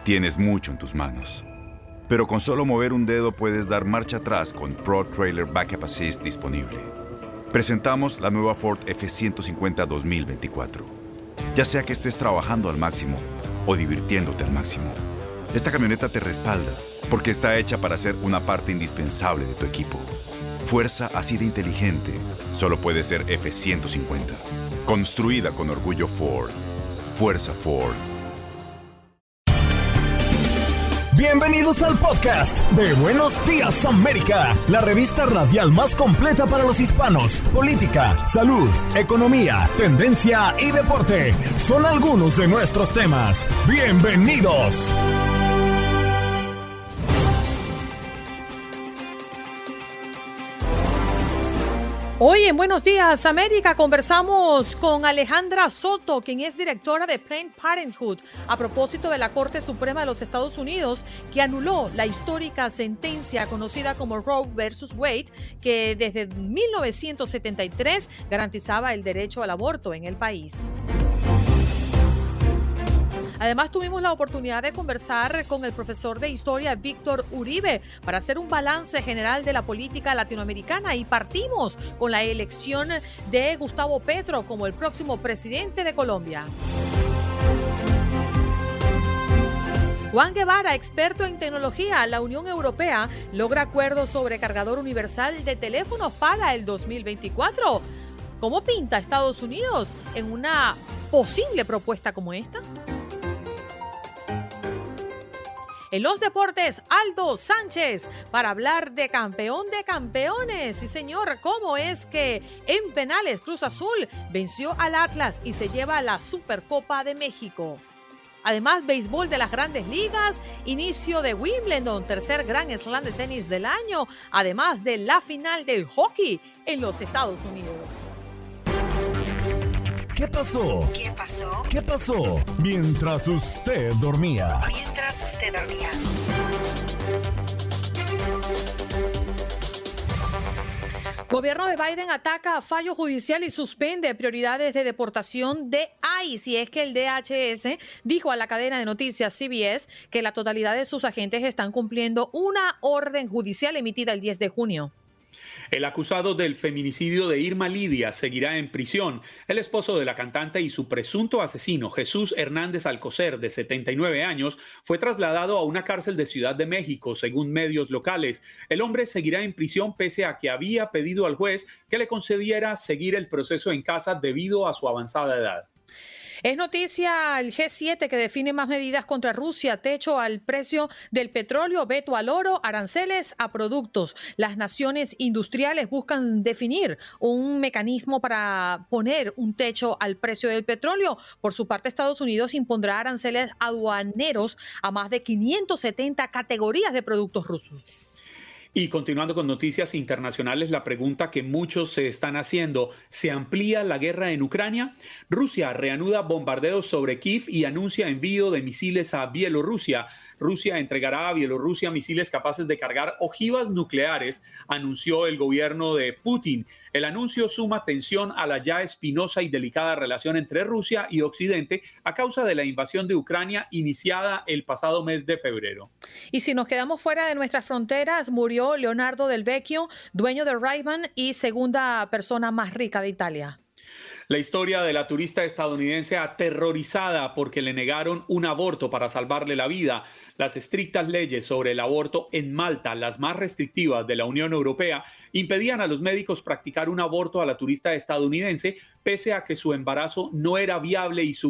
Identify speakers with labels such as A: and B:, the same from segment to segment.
A: Tienes mucho en tus manos. Pero con solo mover un dedo puedes dar marcha atrás con Pro Trailer Backup Assist disponible. Presentamos la nueva Ford F-150 2024. Ya sea que estés trabajando al máximo o divirtiéndote al máximo, esta camioneta te respalda porque está hecha para ser una parte indispensable de tu equipo. Fuerza así de inteligente solo puede ser F-150. Construida con orgullo Ford. Fuerza Ford.
B: Bienvenidos al podcast de Buenos Días América, la revista radial más completa para los hispanos. Política, salud, economía, tendencia y deporte son algunos de nuestros temas. ¡Bienvenidos!
C: Hoy en Buenos Días América conversamos con Alejandra Soto, quien es directora de Planned Parenthood, a propósito de la Corte Suprema de los Estados Unidos, que anuló la histórica sentencia conocida como Roe versus Wade, que desde 1973 garantizaba el derecho al aborto en el país. Además, tuvimos la oportunidad de conversar con el profesor de historia Víctor Uribe para hacer un balance general de la política latinoamericana y partimos con la elección de Gustavo Petro como el próximo presidente de Colombia. Juan Guevara, experto en tecnología, la Unión Europea logra acuerdos sobre cargador universal de teléfonos para el 2024. ¿Cómo pinta Estados Unidos en una posible propuesta como esta? En los deportes, Aldo Sánchez, para hablar de campeón de campeones. Sí, señor, ¿cómo es que en penales Cruz Azul venció al Atlas y se lleva la Supercopa de México? Además, béisbol de las Grandes Ligas, inicio de Wimbledon, tercer Grand Slam de tenis del año, además de la final del hockey en los Estados Unidos.
B: ¿Qué pasó?
D: ¿Qué pasó?
B: ¿Qué pasó? Mientras usted dormía.
C: Gobierno de Biden ataca a fallo judicial y suspende prioridades de deportación de ICE. Y es que el DHS dijo a la cadena de noticias CBS que la totalidad de sus agentes están cumpliendo una orden judicial emitida el 10 de junio.
E: El acusado del feminicidio de Irma Lidia seguirá en prisión. El esposo de la cantante y su presunto asesino, Jesús Hernández Alcocer, de 79 años, fue trasladado a una cárcel de Ciudad de México, según medios locales. El hombre seguirá en prisión pese a que había pedido al juez que le concediera seguir el proceso en casa debido a su avanzada edad.
C: Es noticia el G7 que define más medidas contra Rusia, techo al precio del petróleo, veto al oro, aranceles a productos. Las naciones industriales buscan definir un mecanismo para poner un techo al precio del petróleo. Por su parte, Estados Unidos impondrá aranceles aduaneros a más de 570 categorías de productos rusos.
E: Y continuando con noticias internacionales, la pregunta que muchos se están haciendo, ¿se amplía la guerra en Ucrania? Rusia reanuda bombardeos sobre Kiev y anuncia envío de misiles a Bielorrusia. Rusia entregará a Bielorrusia misiles capaces de cargar ojivas nucleares, anunció el gobierno de Putin. El anuncio suma tensión a la ya espinosa y delicada relación entre Rusia y Occidente a causa de la invasión de Ucrania iniciada el pasado mes de febrero.
C: Y si nos quedamos fuera de nuestras fronteras, murió Leonardo Del Vecchio, dueño de Ray-Ban y segunda persona más rica de Italia.
E: La historia de la turista estadounidense aterrorizada porque le negaron un aborto para salvarle la vida. Las estrictas leyes sobre el aborto en Malta, las más restrictivas de la Unión Europea, impedían a los médicos practicar un aborto a la turista estadounidense, pese a que su embarazo no era viable y su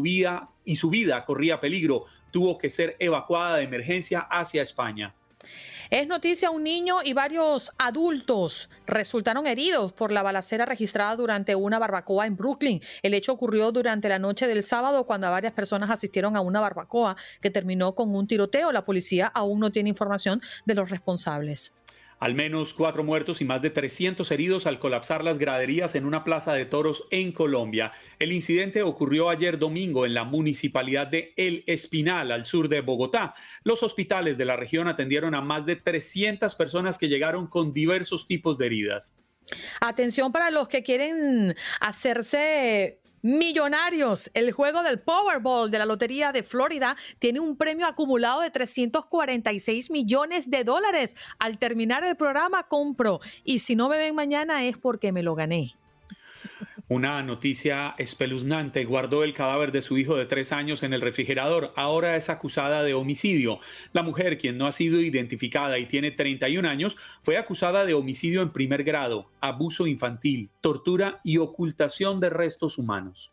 E: vida corría peligro. Tuvo que ser evacuada de emergencia hacia España.
C: Es noticia, un niño y varios adultos resultaron heridos por la balacera registrada durante una barbacoa en Brooklyn. El hecho ocurrió durante la noche del sábado cuando varias personas asistieron a una barbacoa que terminó con un tiroteo. La policía aún no tiene información de los responsables.
E: Al menos 4 muertos y más de 300 heridos al colapsar las graderías en una plaza de toros en Colombia. El incidente ocurrió ayer domingo en la municipalidad de El Espinal, al sur de Bogotá. Los hospitales de la región atendieron a más de 300 personas que llegaron con diversos tipos de heridas.
C: Atención para los que quieren hacerse Millonarios, el juego del Powerball de la Lotería de Florida tiene un premio acumulado de $346 millones. Al terminar el programa compro y si no me ven mañana es porque me lo gané.
E: Una noticia espeluznante: guardó el cadáver de su hijo de 3 años en el refrigerador. Ahora es acusada de homicidio. La mujer, quien no ha sido identificada y tiene 31 años, fue acusada de homicidio en primer grado, abuso infantil, tortura y ocultación de restos humanos.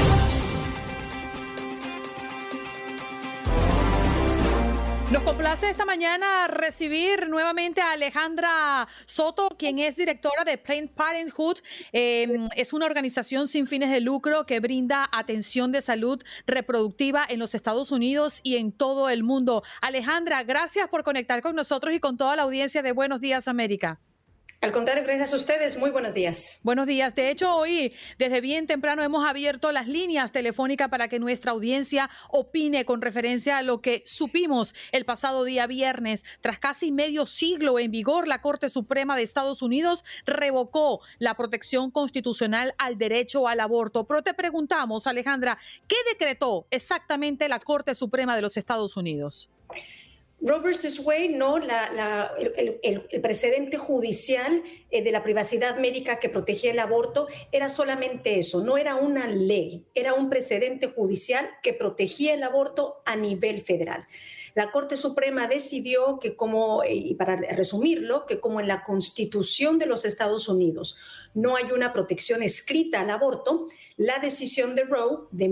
C: Nos complace esta mañana recibir nuevamente a Alejandra Soto, quien es directora de Planned Parenthood. Es una organización sin fines de lucro que brinda atención de salud reproductiva en los Estados Unidos y en todo el mundo. Alejandra, gracias por conectar con nosotros y con toda la audiencia de Buenos Días, América.
D: Al contrario, gracias a ustedes. Muy buenos días.
C: Buenos días. De hecho, hoy, desde bien temprano, hemos abierto las líneas telefónicas para que nuestra audiencia opine con referencia a lo que supimos el pasado día viernes. Tras casi medio siglo en vigor, la Corte Suprema de Estados Unidos revocó la protección constitucional al derecho al aborto. Pero te preguntamos, Alejandra, ¿qué decretó exactamente la Corte Suprema de los Estados Unidos?
D: Roe versus Wade, no, el precedente judicial de la privacidad médica que protegía el aborto era solamente eso, no era una ley, era un precedente judicial que protegía el aborto a nivel federal. La Corte Suprema decidió que y para resumirlo, que como en la Constitución de los Estados Unidos no hay una protección escrita al aborto, la decisión de Roe de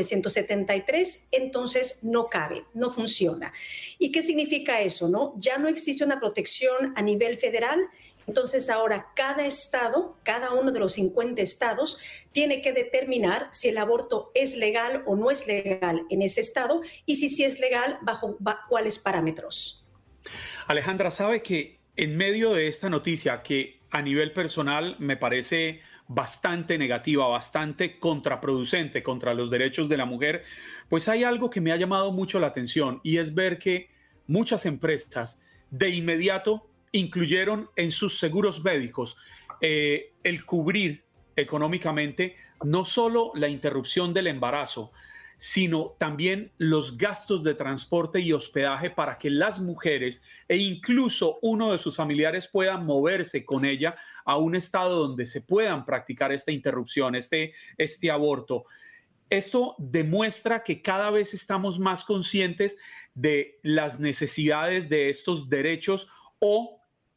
D: 1973 entonces no cabe, no funciona. ¿Y qué significa eso, no? Ya no existe una protección a nivel federal. Entonces ahora cada estado, cada uno de los 50 estados, tiene que determinar si el aborto es legal o no es legal en ese estado y si es legal, bajo cuáles parámetros.
E: Alejandra, sabe que en medio de esta noticia, que a nivel personal me parece bastante negativa, bastante contraproducente contra los derechos de la mujer, pues hay algo que me ha llamado mucho la atención y es ver que muchas empresas de inmediato incluyeron en sus seguros médicos el cubrir económicamente no solo la interrupción del embarazo, sino también los gastos de transporte y hospedaje para que las mujeres e incluso uno de sus familiares puedan moverse con ella a un estado donde se puedan practicar esta interrupción, este aborto. Esto demuestra que cada vez estamos más conscientes de las necesidades de estos derechos, o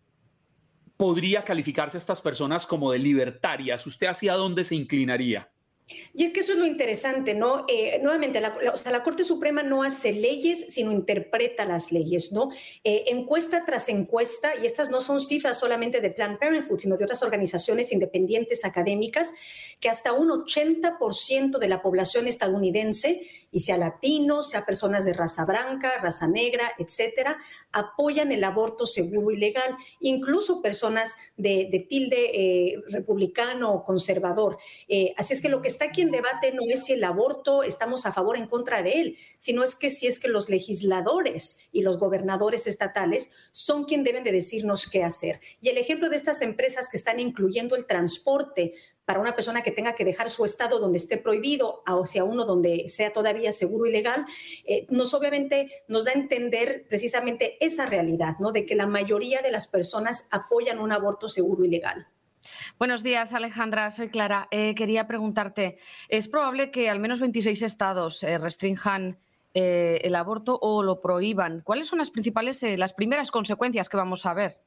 E: podría calificarse a estas personas como de libertarias. ¿Usted hacia dónde se inclinaría?
D: Y es que eso es lo interesante, ¿no? Nuevamente, la Corte Suprema no hace leyes, sino interpreta las leyes, ¿no? Encuesta tras encuesta, y estas no son cifras solamente de Planned Parenthood, sino de otras organizaciones independientes académicas, que hasta un 80% de la población estadounidense, y sea latinos, sea personas de raza blanca, raza negra, etcétera, apoyan el aborto seguro y legal, incluso personas de tilde republicano o conservador. Así es que lo que está aquí en debate no es si el aborto estamos a favor o en contra de él, sino es que los legisladores y los gobernadores estatales son quienes deben de decirnos qué hacer. Y el ejemplo de estas empresas que están incluyendo el transporte para una persona que tenga que dejar su estado donde esté prohibido hacia uno donde sea todavía seguro y legal, obviamente nos da a entender precisamente esa realidad, ¿no? De que la mayoría de las personas apoyan un aborto seguro y legal.
F: Buenos días, Alejandra. Soy Clara. Quería preguntarte, ¿es probable que al menos 26 estados restrinjan el aborto o lo prohíban? ¿Cuáles son las primeras consecuencias que vamos a ver?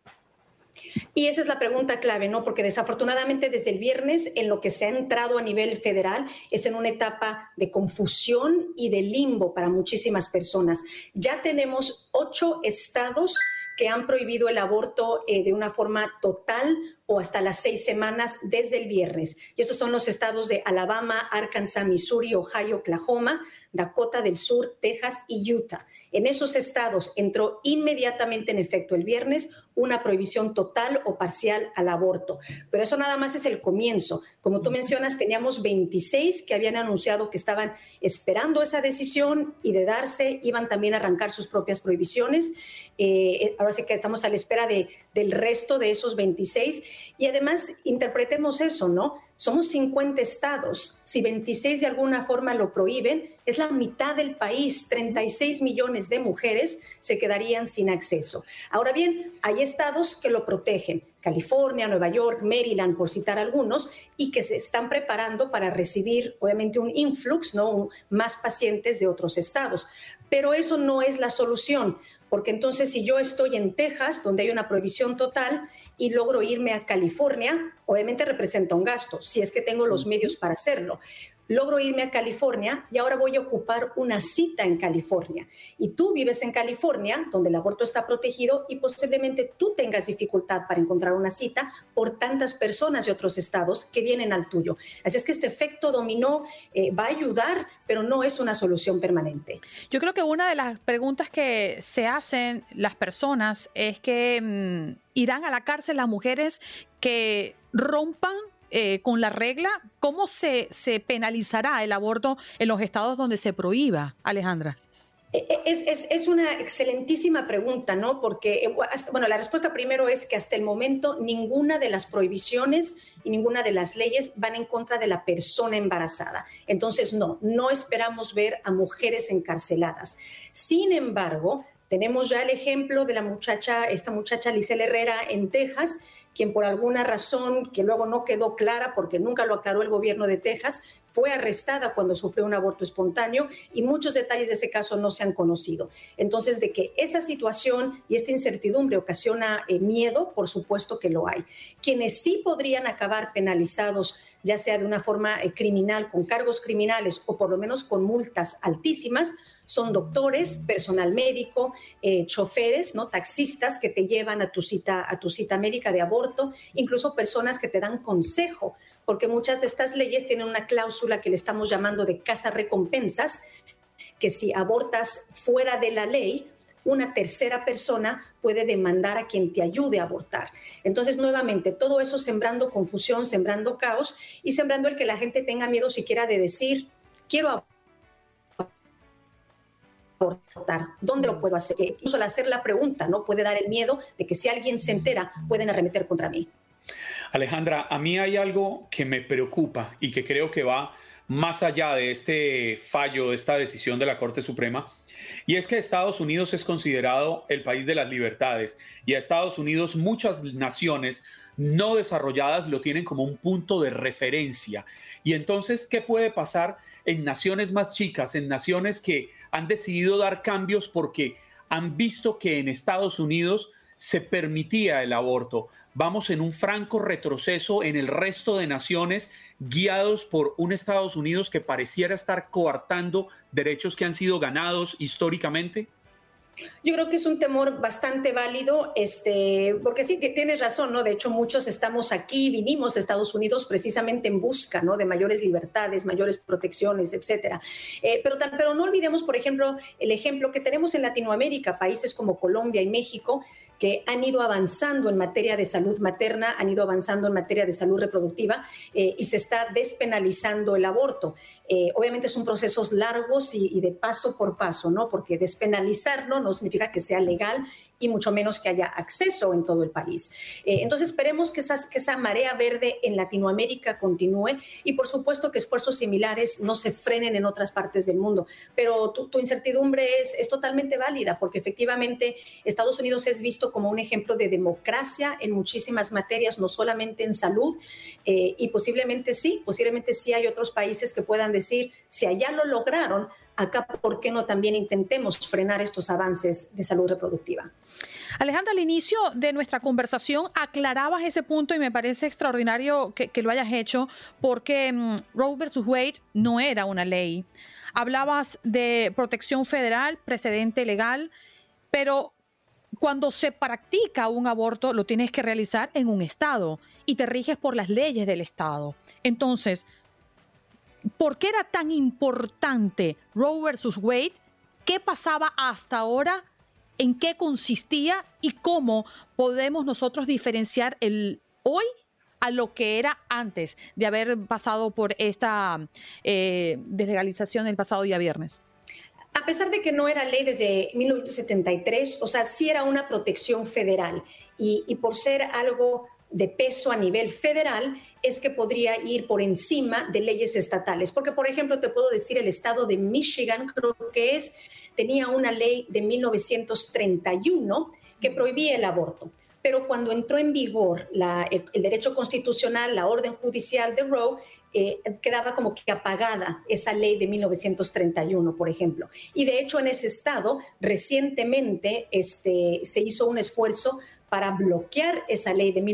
D: Y esa es la pregunta clave, ¿no? Porque desafortunadamente desde el viernes en lo que se ha entrado a nivel federal es en una etapa de confusión y de limbo para muchísimas personas. Ya tenemos 8 estados que han prohibido el aborto de una forma total o hasta las 6 semanas desde el viernes. Y esos son los estados de Alabama, Arkansas, Missouri, Ohio, Oklahoma, Dakota del Sur, Texas y Utah. En esos estados entró inmediatamente en efecto el viernes una prohibición total o parcial al aborto. Pero eso nada más es el comienzo. Como tú mencionas, teníamos 26 que habían anunciado que estaban esperando esa decisión y de darse iban también a arrancar sus propias prohibiciones. Ahora sí que estamos a la espera del resto de esos 26. Y además interpretemos eso, ¿no? somos 50 estados. Si 26 de alguna forma lo prohíben, es la mitad del país. 36 millones de mujeres se quedarían sin acceso. Ahora bien, hay estados que lo protegen. California, Nueva York, Maryland, por citar algunos, y que se están preparando para recibir, obviamente, un influx, ¿no? Más pacientes de otros estados. Pero eso no es la solución, porque entonces si yo estoy en Texas, donde hay una prohibición total, y logro irme a California, obviamente representa un gasto, si es que tengo los medios para hacerlo. Logro irme a California y ahora voy a ocupar una cita en California. Y tú vives en California, donde el aborto está protegido, y posiblemente tú tengas dificultad para encontrar una cita por tantas personas de otros estados que vienen al tuyo. Así es que este efecto dominó va a ayudar, pero no es una solución permanente.
C: Yo creo que una de las preguntas que se hacen las personas es que irán a la cárcel las mujeres que rompan con la regla. ¿Cómo se penalizará el aborto en los estados donde se prohíba, Alejandra?
D: Es una excelentísima pregunta, ¿no? Porque, bueno, la respuesta primero es que hasta el momento ninguna de las prohibiciones y ninguna de las leyes van en contra de la persona embarazada. Entonces, no esperamos ver a mujeres encarceladas. Sin embargo, tenemos ya el ejemplo de esta muchacha Lisel Herrera en Texas, quien por alguna razón que luego no quedó clara, porque nunca lo aclaró el gobierno de Texas, fue arrestada cuando sufrió un aborto espontáneo y muchos detalles de ese caso no se han conocido. Entonces, de que esa situación y esta incertidumbre ocasiona miedo, por supuesto que lo hay. Quienes sí podrían acabar penalizados, ya sea de una forma criminal, con cargos criminales o por lo menos con multas altísimas, son doctores, personal médico, choferes, ¿no? Taxistas que te llevan a tu cita médica de aborto, incluso personas que te dan consejo, porque muchas de estas leyes tienen una cláusula que le estamos llamando de cazarrecompensas, que si abortas fuera de la ley, una tercera persona puede demandar a quien te ayude a abortar. Entonces, nuevamente, todo eso sembrando confusión, sembrando caos y sembrando el que la gente tenga miedo siquiera de decir, quiero abortar, ¿dónde lo puedo hacer? Incluso al hacer la pregunta, ¿no? Puede dar el miedo de que si alguien se entera, pueden arremeter contra mí.
E: Alejandra, a mí hay algo que me preocupa y que creo que va más allá de este fallo, de esta decisión de la Corte Suprema, y es que Estados Unidos es considerado el país de las libertades, y a Estados Unidos muchas naciones no desarrolladas lo tienen como un punto de referencia. Y entonces, ¿qué puede pasar en naciones más chicas, en naciones que han decidido dar cambios porque han visto que en Estados Unidos se permitía el aborto? Vamos en un franco retroceso en el resto de naciones guiados por un Estados Unidos que pareciera estar coartando derechos que han sido ganados históricamente.
D: Yo creo que es un temor bastante válido, porque sí, tienes razón, ¿no? De hecho, muchos estamos aquí, vinimos a Estados Unidos precisamente en busca, ¿no? De mayores libertades, mayores protecciones, etcétera. Pero no olvidemos, por ejemplo, el ejemplo que tenemos en Latinoamérica, países como Colombia y México, que han ido avanzando en materia de salud materna, han ido avanzando en materia de salud reproductiva y se está despenalizando el aborto. Obviamente son procesos largos y de paso por paso, ¿no? Porque despenalizarlo no significa que sea legal y mucho menos que haya acceso en todo el país. Entonces esperemos que esa marea verde en Latinoamérica continúe y por supuesto que esfuerzos similares no se frenen en otras partes del mundo. Pero tu incertidumbre es totalmente válida porque efectivamente Estados Unidos es visto como un ejemplo de democracia en muchísimas materias, no solamente en salud, y posiblemente sí hay otros países que puedan decir, si allá lo lograron, acá, ¿por qué no también intentemos frenar estos avances de salud reproductiva?
C: Alejandra, al inicio de nuestra conversación aclarabas ese punto y me parece extraordinario que lo hayas hecho porque Roe versus Wade no era una ley. Hablabas de protección federal, precedente legal, pero cuando se practica un aborto lo tienes que realizar en un estado y te riges por las leyes del estado. Entonces, ¿por qué era tan importante Roe versus Wade? ¿Qué pasaba hasta ahora? ¿En qué consistía? ¿Y cómo podemos nosotros diferenciar el hoy a lo que era antes de haber pasado por esta deslegalización el pasado día viernes?
D: A pesar de que no era ley desde 1973, o sea, sí era una protección federal y por ser algo de peso a nivel federal es que podría ir por encima de leyes estatales. Porque, por ejemplo, te puedo decir, el estado de Michigan, creo que tenía una ley de 1931 que prohibía el aborto. Pero cuando entró en vigor el derecho constitucional, la orden judicial de Roe, quedaba como que apagada esa ley de 1931, por ejemplo. Y de hecho en ese estado recientemente se hizo un esfuerzo para bloquear esa ley de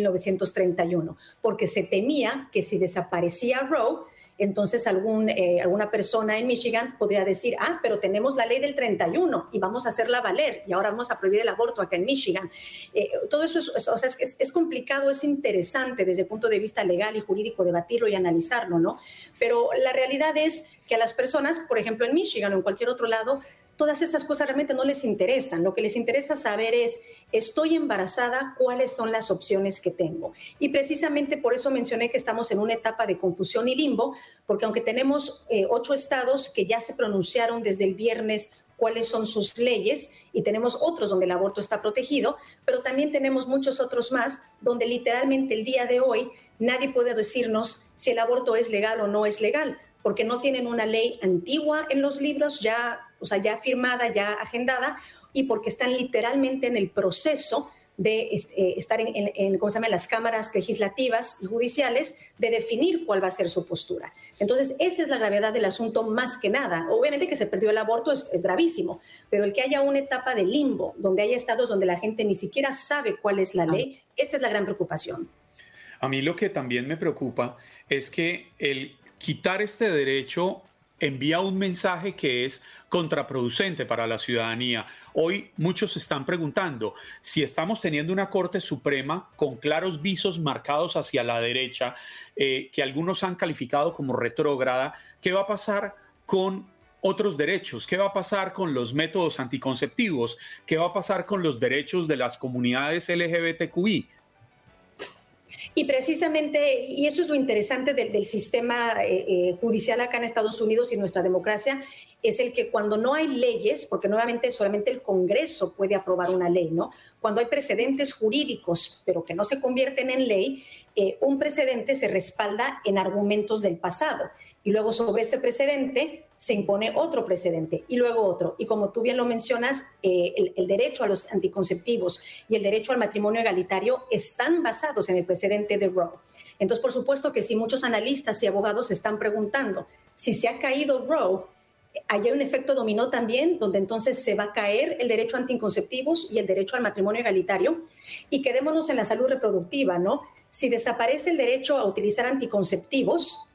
D: 1931, porque se temía que si desaparecía Roe, entonces alguna persona en Michigan podría decir, pero tenemos la ley del 31 y vamos a hacerla valer y ahora vamos a prohibir el aborto acá en Michigan. Todo eso es complicado, es interesante desde el punto de vista legal y jurídico debatirlo y analizarlo, ¿no? Pero la realidad es que a las personas, por ejemplo en Michigan o en cualquier otro lado, todas esas cosas realmente no les interesan. Lo que les interesa saber es, estoy embarazada, ¿cuáles son las opciones que tengo? Y precisamente por eso mencioné que estamos en una etapa de confusión y limbo, porque aunque tenemos 8 estados que ya se pronunciaron desde el viernes cuáles son sus leyes, y tenemos otros donde el aborto está protegido, pero también tenemos muchos otros más donde literalmente el día de hoy nadie puede decirnos si el aborto es legal o no es legal, porque no tienen una ley antigua en los libros ya firmada, ya agendada, y porque están literalmente en el proceso de estar en las cámaras legislativas y judiciales de definir cuál va a ser su postura. Entonces, esa es la gravedad del asunto más que nada. Obviamente que se perdió el aborto es gravísimo, pero el que haya una etapa de limbo, donde haya estados donde la gente ni siquiera sabe cuál es la ley, esa es la gran preocupación.
E: A mí lo que también me preocupa es que el quitar este derecho envía un mensaje que es contraproducente para la ciudadanía. Hoy muchos se están preguntando si estamos teniendo una Corte Suprema con claros visos marcados hacia la derecha, que algunos han calificado como retrógrada. ¿Qué va a pasar con otros derechos? ¿Qué va a pasar con los métodos anticonceptivos? ¿Qué va a pasar con los derechos de las comunidades LGBTQI?
D: Y precisamente, y eso es lo interesante del sistema judicial acá en Estados Unidos y nuestra democracia, es el que cuando no hay leyes, porque nuevamente solamente el Congreso puede aprobar una ley, ¿no? Cuando hay precedentes jurídicos, pero que no se convierten en ley, un precedente se respalda en argumentos del pasado. Y luego sobre ese precedente se impone otro precedente y luego otro. Y como tú bien lo mencionas, el derecho a los anticonceptivos y el derecho al matrimonio egalitario están basados en el precedente de Roe. Entonces, por supuesto que si muchos analistas y abogados se están preguntando si se ha caído Roe, hay un efecto dominó también, donde entonces se va a caer el derecho a anticonceptivos y el derecho al matrimonio egalitario. Y quedémonos en la salud reproductiva, ¿no? Si desaparece el derecho a utilizar anticonceptivos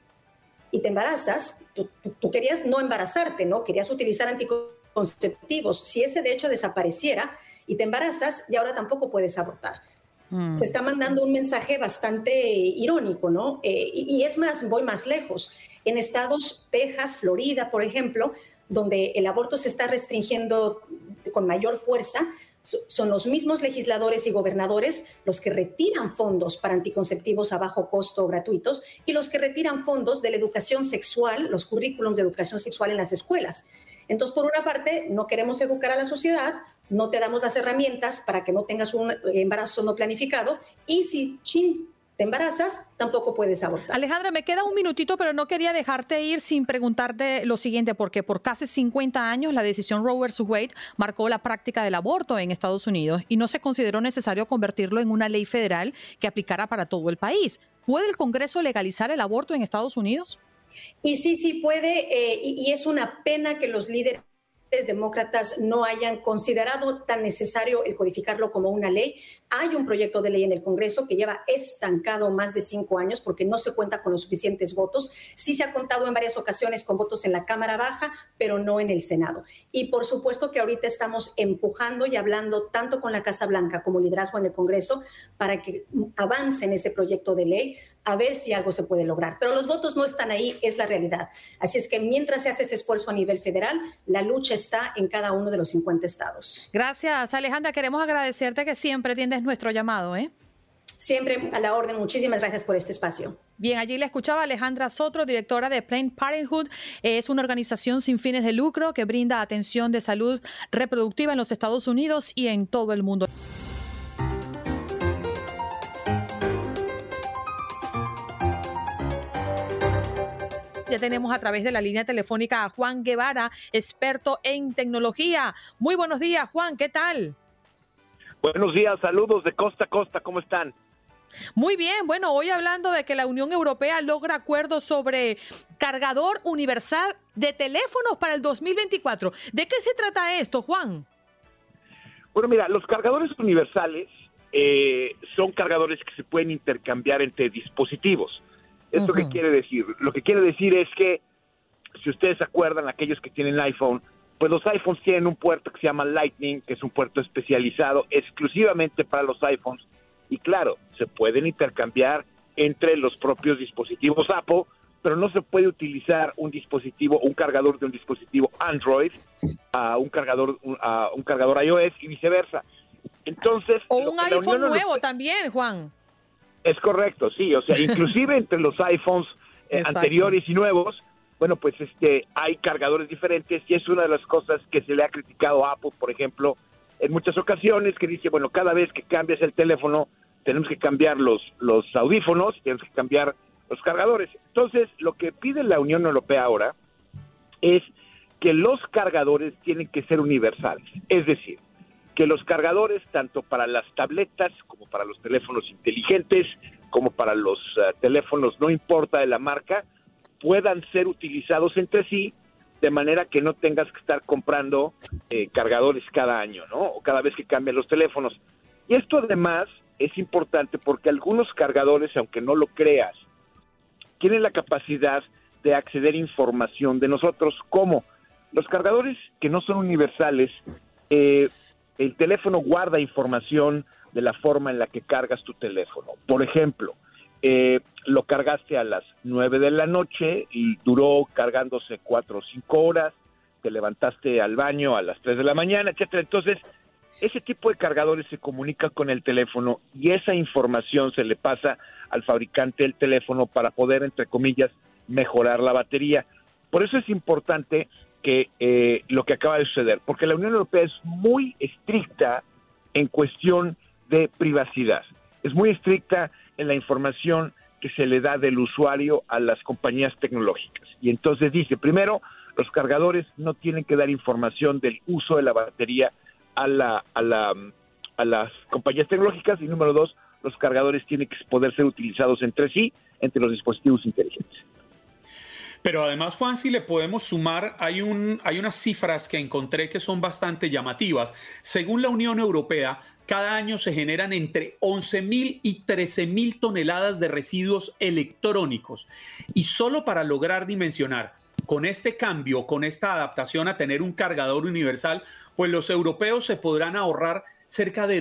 D: y te embarazas, tú querías no embarazarte, ¿no? Querías utilizar anticonceptivos. Si ese derecho desapareciera y te embarazas, y ahora tampoco puedes abortar. Se está mandando un mensaje bastante irónico, ¿no? Y es más, voy más lejos. En estados, Texas, Florida, por ejemplo, donde el aborto se está restringiendo con mayor fuerza, son los mismos legisladores y gobernadores los que retiran fondos para anticonceptivos a bajo costo o gratuitos y los que retiran fondos de la educación sexual, los currículums de educación sexual en las escuelas. Entonces, por una parte, no queremos educar a la sociedad, no te damos las herramientas para que no tengas un embarazo no planificado y si te embarazas, tampoco puedes abortar.
C: Alejandra, me queda un minutito, pero no quería dejarte ir sin preguntarte lo siguiente, porque por casi 50 años la decisión Roe vs. Wade marcó la práctica del aborto en Estados Unidos y no se consideró necesario convertirlo en una ley federal que aplicara para todo el país. ¿Puede el Congreso legalizar el aborto en Estados Unidos?
D: Y sí puede, y es una pena que los líderes demócratas no hayan considerado tan necesario el codificarlo como una ley. Hay un proyecto de ley en el Congreso que lleva estancado más de 5 años porque no se cuenta con los suficientes votos. Sí se ha contado en varias ocasiones con votos en la Cámara Baja, pero no en el Senado. Y por supuesto que ahorita estamos empujando y hablando tanto con la Casa Blanca como liderazgo en el Congreso para que avance en ese proyecto de ley, a ver si algo se puede lograr. Pero los votos no están ahí, es la realidad. Así es que mientras se hace ese esfuerzo a nivel federal, la lucha está en cada uno de los 50 estados.
C: Gracias, Alejandra. Queremos agradecerte que siempre atiendes nuestro llamado, ¿eh?
D: Siempre a la orden. Muchísimas gracias por este espacio.
C: Bien, allí le escuchaba Alejandra Sotro, directora de Planned Parenthood. Es una organización sin fines de lucro que brinda atención de salud reproductiva en los Estados Unidos y en todo el mundo. Ya tenemos a través de la línea telefónica a Juan Guevara, experto en tecnología. Muy buenos días, Juan, ¿qué tal?
G: Buenos días, saludos de costa a costa, ¿cómo están?
C: Muy bien, bueno, hoy hablando de que la Unión Europea logra acuerdos sobre cargador universal de teléfonos para el 2024. ¿De qué se trata esto, Juan?
G: Bueno, mira, los cargadores universales son cargadores que se pueden intercambiar entre dispositivos. ¿Esto qué quiere decir? Lo que quiere decir es que, si ustedes se acuerdan, aquellos que tienen iPhone, pues los iPhones tienen un puerto que se llama Lightning, que es un puerto especializado exclusivamente para los iPhones. Y claro, se pueden intercambiar entre los propios dispositivos Apple, pero no se puede utilizar un cargador de un dispositivo Android a un cargador iOS y viceversa. Entonces,
C: o un iPhone nuevo también, Juan.
G: Es correcto, sí, o sea, inclusive entre los iPhones anteriores y nuevos, bueno, pues hay cargadores diferentes y es una de las cosas que se le ha criticado a Apple, por ejemplo, en muchas ocasiones, que dice, bueno, cada vez que cambias el teléfono, tenemos que cambiar los audífonos, tenemos que cambiar los cargadores. Entonces, lo que pide la Unión Europea ahora es que los cargadores tienen que ser universales. Es decir, que los cargadores, tanto para las tabletas, como para los teléfonos inteligentes, como para los teléfonos, no importa de la marca, puedan ser utilizados entre sí, de manera que no tengas que estar comprando cargadores cada año, ¿no? O cada vez que cambian los teléfonos. Y esto además es importante porque algunos cargadores, aunque no lo creas, tienen la capacidad de acceder a información de nosotros. ¿Cómo? Los cargadores que no son universales, el teléfono guarda información de la forma en la que cargas tu teléfono. Por ejemplo, lo cargaste a las 9 de la noche y duró cargándose 4 o 5 horas, te levantaste al baño a las 3 de la mañana, etcétera. Entonces, ese tipo de cargadores se comunica con el teléfono y esa información se le pasa al fabricante del teléfono para poder, entre comillas, mejorar la batería. Por eso es importante que lo que acaba de suceder, porque la Unión Europea es muy estricta en cuestión de privacidad. Es muy estricta en la información que se le da del usuario a las compañías tecnológicas. Y entonces dice, primero, los cargadores no tienen que dar información del uso de la batería a las compañías tecnológicas. Y número dos, los cargadores tienen que poder ser utilizados entre sí, entre los dispositivos inteligentes.
E: Pero además, Juan, si le podemos sumar, hay unas cifras que encontré que son bastante llamativas. Según la Unión Europea, cada año se generan entre 11.000 y 13.000 toneladas de residuos electrónicos. Y solo para lograr dimensionar, con este cambio, con esta adaptación a tener un cargador universal, pues los europeos se podrán ahorrar cerca de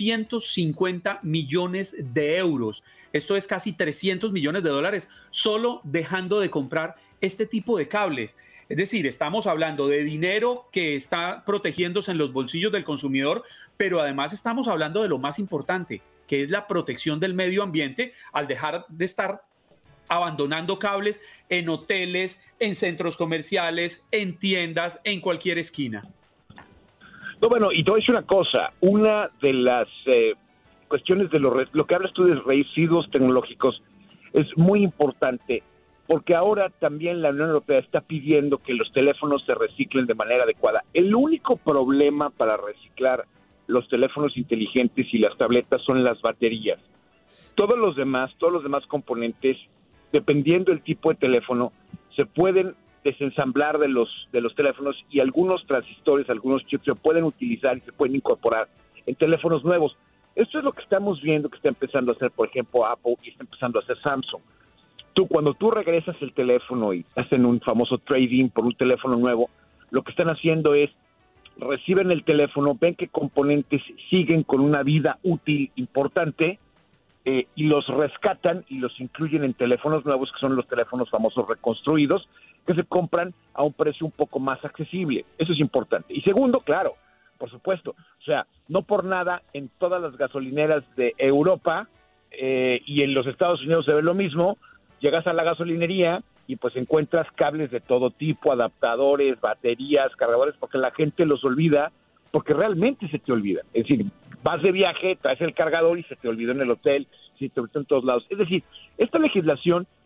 E: 250 millones de euros. Esto es casi 300 millones de dólares, solo dejando de comprar este tipo de cables. Es decir, estamos hablando de dinero que está protegiéndose en los bolsillos del consumidor, pero además estamos hablando de lo más importante, que es la protección del medio ambiente al dejar de estar abandonando cables en hoteles, en centros comerciales, en tiendas, en cualquier esquina.
G: No, bueno, y te voy a decir una cosa, una de las cuestiones de lo que hablas tú de residuos tecnológicos es muy importante, porque ahora también la Unión Europea está pidiendo que los teléfonos se reciclen de manera adecuada. El único problema para reciclar los teléfonos inteligentes y las tabletas son las baterías. Todos los demás componentes, dependiendo del tipo de teléfono, se pueden desensamblar de los teléfonos y algunos transistores, algunos chips se pueden utilizar y se pueden incorporar en teléfonos nuevos. Esto es lo que estamos viendo que está empezando a hacer, por ejemplo, Apple y está empezando a hacer Samsung. Cuando tú regresas el teléfono y hacen un famoso trading por un teléfono nuevo, lo que están haciendo es reciben el teléfono, ven qué componentes siguen con una vida útil importante y los rescatan y los incluyen en teléfonos nuevos, que son los teléfonos famosos reconstruidos, que se compran a un precio un poco más accesible. Eso es importante. Y segundo, claro, por supuesto, o sea, no por nada en todas las gasolineras de Europa y en los Estados Unidos se ve lo mismo. Llegas a la gasolinería y pues encuentras cables de todo tipo, adaptadores, baterías, cargadores, porque la gente los olvida, porque realmente se te olvida. Es decir, vas de viaje, traes el cargador y se te olvidó en el hotel, se te olvidó en todos lados. Es decir, esta legislación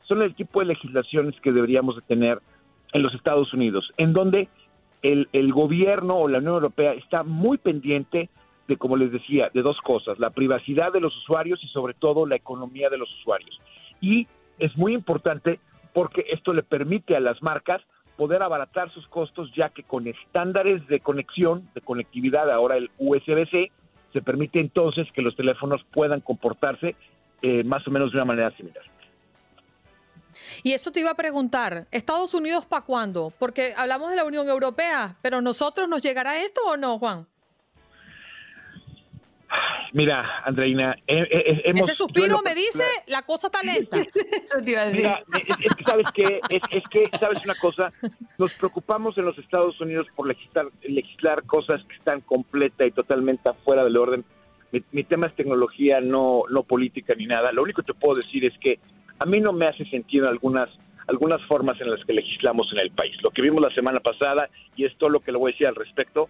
G: son el tipo de legislaciones que deberíamos de tener en los Estados Unidos, en donde el gobierno o la Unión Europea está muy pendiente de, como les decía, de dos cosas: la privacidad de los usuarios y sobre todo la economía de los usuarios. Y es muy importante porque esto le permite a las marcas poder abaratar sus costos, ya que con estándares de conexión, de conectividad, ahora el USB-C, se permite entonces que los teléfonos puedan comportarse más o menos de una manera similar.
C: Y eso te iba a preguntar, ¿Estados Unidos para cuándo? Porque hablamos de la Unión Europea, pero ¿nosotros nos llegará esto o no, Juan?
G: Mira, Andreina,
C: ese suspiro me dice, la cosa está lenta.
F: Eso te iba a decir.
G: Mira, es que ¿sabes qué? Es que, ¿sabes una cosa? Nos preocupamos en los Estados Unidos por legislar cosas que están completa y totalmente afuera del orden. Mi tema es tecnología, no política ni nada. Lo único que te puedo decir es que a mí no me hace sentido algunas formas en las que legislamos en el país. Lo que vimos la semana pasada, y es todo lo que le voy a decir al respecto,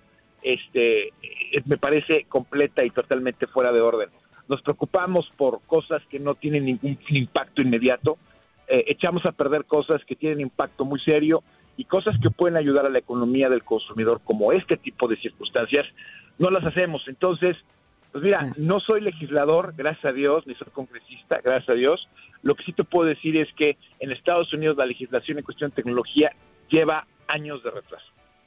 G: me parece completa y totalmente fuera de orden. Nos preocupamos por cosas que no tienen ningún impacto inmediato, echamos a perder cosas que tienen impacto muy serio y cosas que pueden ayudar a la economía del consumidor, como este tipo de circunstancias, no las hacemos. Entonces, pues mira, no soy legislador, gracias a Dios, ni soy congresista, gracias a Dios. Lo que sí te puedo decir es que en Estados Unidos la legislación en cuestión de tecnología lleva años de retraso.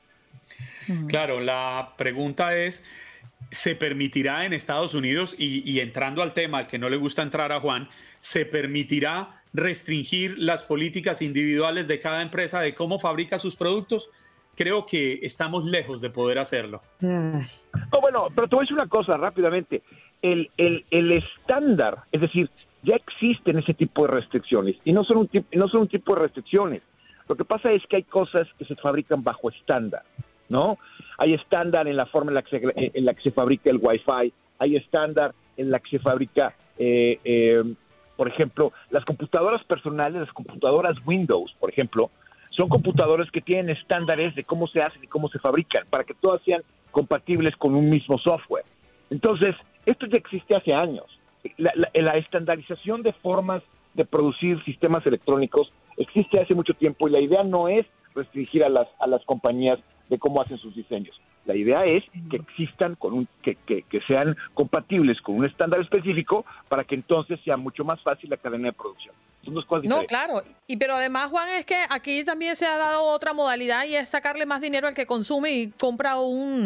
E: Claro, la pregunta es, ¿se permitirá en Estados Unidos, y entrando al tema al que no le gusta entrar a Juan, ¿se permitirá restringir las políticas individuales de cada empresa de cómo fabrica sus productos? Creo que estamos lejos de poder hacerlo.
G: No, bueno, pero te voy a decir una cosa rápidamente. El estándar, es decir, ya existen ese tipo de restricciones y no son un tipo de restricciones. Lo que pasa es que hay cosas que se fabrican bajo estándar, ¿no? Hay estándar en la forma en la que se fabrica el Wi-Fi, hay estándar en la que se fabrica, por ejemplo, las computadoras personales, las computadoras Windows, por ejemplo, son computadoras que tienen estándares de cómo se hacen y cómo se fabrican, para que todas sean compatibles con un mismo software. Entonces, esto ya existe hace años. La estandarización de formas de producir sistemas electrónicos existe hace mucho tiempo, y la idea no es restringir a las compañías de cómo hacen sus diseños. La idea es que existan que sean compatibles con un estándar específico, para que entonces sea mucho más fácil la cadena de producción. Son dos cosas diferentes.
C: No, claro. Pero además, Juan, es que aquí también se ha dado otra modalidad, y es sacarle más dinero al que consume y compra un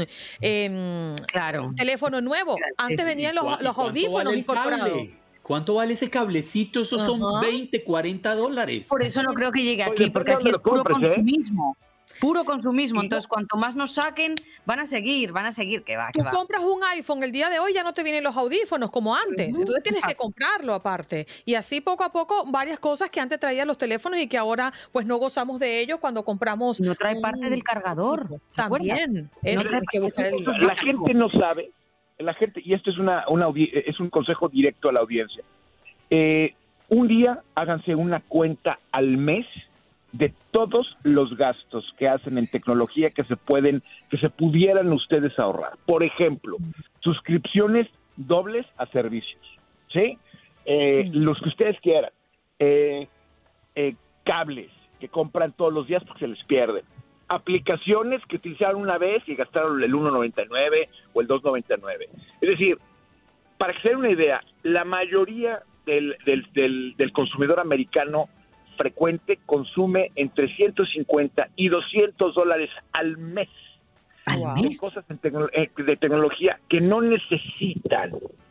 C: teléfono nuevo. Antes venían los audífonos incorporados.
E: ¿Cuánto vale ese cablecito? Esos son $20, $40.
F: Por eso no creo que llegue aquí, porque aquí es puro consumismo. Puro consumismo. Entonces, cuanto más nos saquen, van a seguir, que va.
C: Tú compras un iPhone el día de hoy, ya no te vienen los audífonos como antes. Entonces tienes que comprarlo aparte. Y así poco a poco, varias cosas que antes traían los teléfonos y que ahora pues no gozamos de ellos cuando compramos.
F: No trae parte del cargador.
C: También. Eso
F: no trae
C: que buscar
G: la gente no sabe, y esto es es un consejo directo a la audiencia. Un día háganse una cuenta al mes de todos los gastos que hacen en tecnología que se pudieran ustedes ahorrar. Por ejemplo, suscripciones dobles a servicios, ¿sí? Los que ustedes quieran. Cables que compran todos los días porque se les pierden. Aplicaciones que utilizaron una vez y gastaron el $1.99 o el $2.99. Es decir, para que se den una idea, la mayoría del consumidor americano frecuente consume entre $150 y $200 al mes. De cosas de tecnología que no necesitan.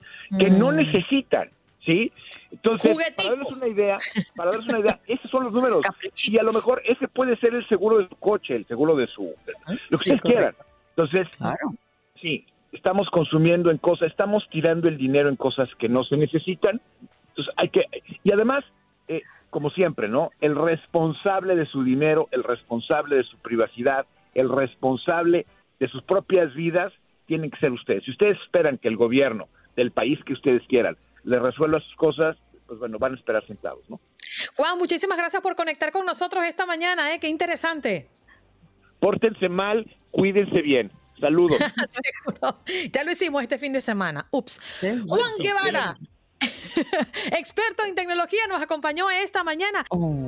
G: ¿Sí? Entonces, para darles una idea, esos son los números. Y a lo mejor ese puede ser el seguro de su coche, el seguro de lo que ustedes quieran. Entonces, sí, estamos consumiendo en cosas, estamos tirando el dinero en cosas que no se necesitan. Entonces, y además, como siempre, ¿no? El responsable de su dinero, el responsable de su privacidad, el responsable de sus propias vidas, tienen que ser ustedes. Si ustedes esperan que el gobierno del país que ustedes quieran le resuelva sus cosas, pues bueno, van a esperar sentados, ¿no?
C: Juan, muchísimas gracias por conectar con nosotros esta mañana, qué interesante.
G: Pórtense mal, cuídense bien. Saludos.
C: Seguro. Ya lo hicimos este fin de semana. Ups. Juan Guevara. experto en tecnología, nos acompañó esta mañana.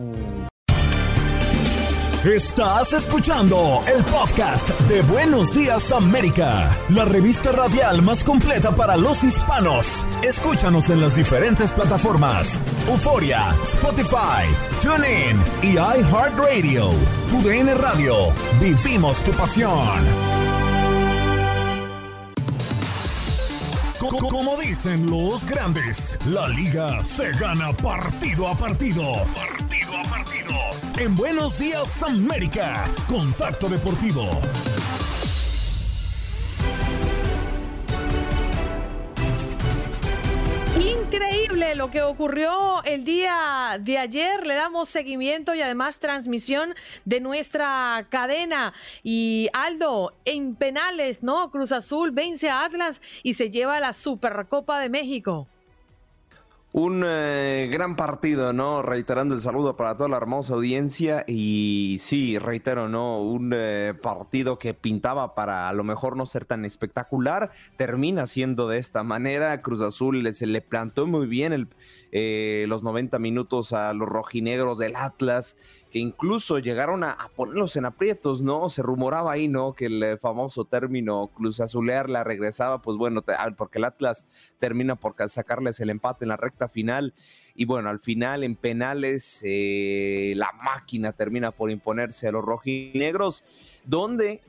B: Estás escuchando el podcast de Buenos Días América, la revista radial más completa para los hispanos. Escúchanos en las diferentes plataformas: Euforia, Spotify, TuneIn y iHeartRadio. Tu DN Radio. Vivimos tu pasión. Como dicen los grandes, la liga se gana partido a partido. Partido a partido. En Buenos Días América, Contacto Deportivo.
C: Increíble lo que ocurrió el día de ayer. Le damos seguimiento y además transmisión de nuestra cadena. Y Aldo, en penales, ¿no? Cruz Azul vence a Atlas y se lleva la Supercopa de México.
H: Un gran partido, ¿no? Reiterando el saludo para toda la hermosa audiencia y sí, reitero, ¿no? Un partido que pintaba para a lo mejor no ser tan espectacular, termina siendo de esta manera. Cruz Azul se le plantó muy bien los 90 minutos a los rojinegros del Atlas, que incluso llegaron a ponerlos en aprietos, ¿no? Se rumoraba ahí, ¿no? Que el famoso término Cruz Azulear la regresaba, pues bueno, porque el Atlas termina por sacarles el empate en la recta final, y bueno, al final en penales la máquina termina por imponerse a los rojinegros, donde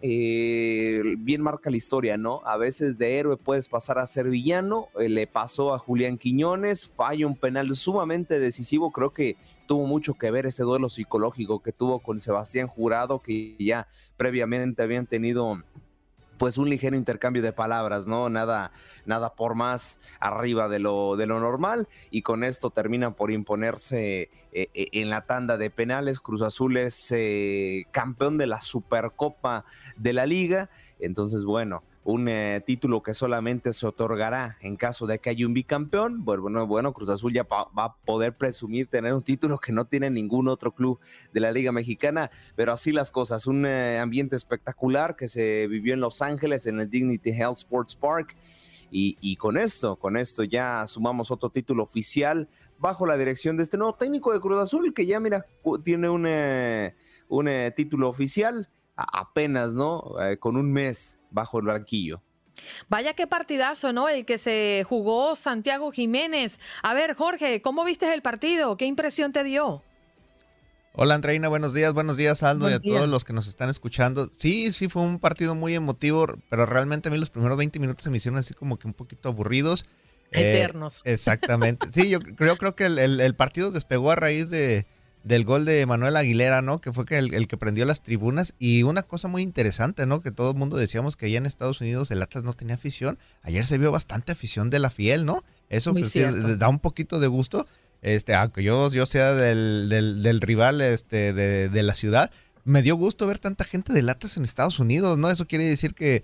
H: bien marca la historia, ¿no? A veces de héroe puedes pasar a ser villano. Le pasó a Julián Quiñones, falla un penal sumamente decisivo. Creo que tuvo mucho que ver ese duelo psicológico que tuvo con Sebastián Jurado, que ya previamente habían tenido pues un ligero intercambio de palabras, ¿no? Nada por más arriba de lo normal, y con esto terminan por imponerse en la tanda de penales. Cruz Azul es campeón de la Supercopa de la Liga. Entonces, bueno, un título que solamente se otorgará en caso de que haya un bicampeón. Bueno, Cruz Azul ya va a poder presumir tener un título que no tiene ningún otro club de la Liga Mexicana, pero así las cosas. Un ambiente espectacular que se vivió en Los Ángeles, en el Dignity Health Sports Park, y con esto ya sumamos otro título oficial bajo la dirección de este nuevo técnico de Cruz Azul, que ya, mira, tiene un título oficial apenas, ¿no? Con un mes bajo el banquillo.
C: Vaya qué partidazo, ¿no? El que se jugó Santiago Jiménez. A ver, Jorge, ¿cómo viste el partido? ¿Qué impresión te dio?
I: Hola, Andreina, buenos días, Aldo, y a todos los que nos están escuchando. Sí, fue un partido muy emotivo, pero realmente a mí los primeros 20 minutos se me hicieron así como que un poquito aburridos.
C: Eternos.
I: Exactamente. Sí, yo creo que el partido despegó a raíz del gol de Manuel Aguilera, ¿no? Que fue el que prendió las tribunas. Y una cosa muy interesante, ¿no? Que todo el mundo decíamos que allá en Estados Unidos el Atlas no tenía afición. Ayer se vio bastante afición de la Fiel, ¿no? Eso pues, sí, da un poquito de gusto. Aunque yo sea del rival de la ciudad, me dio gusto ver tanta gente del Atlas en Estados Unidos, ¿no? Eso quiere decir que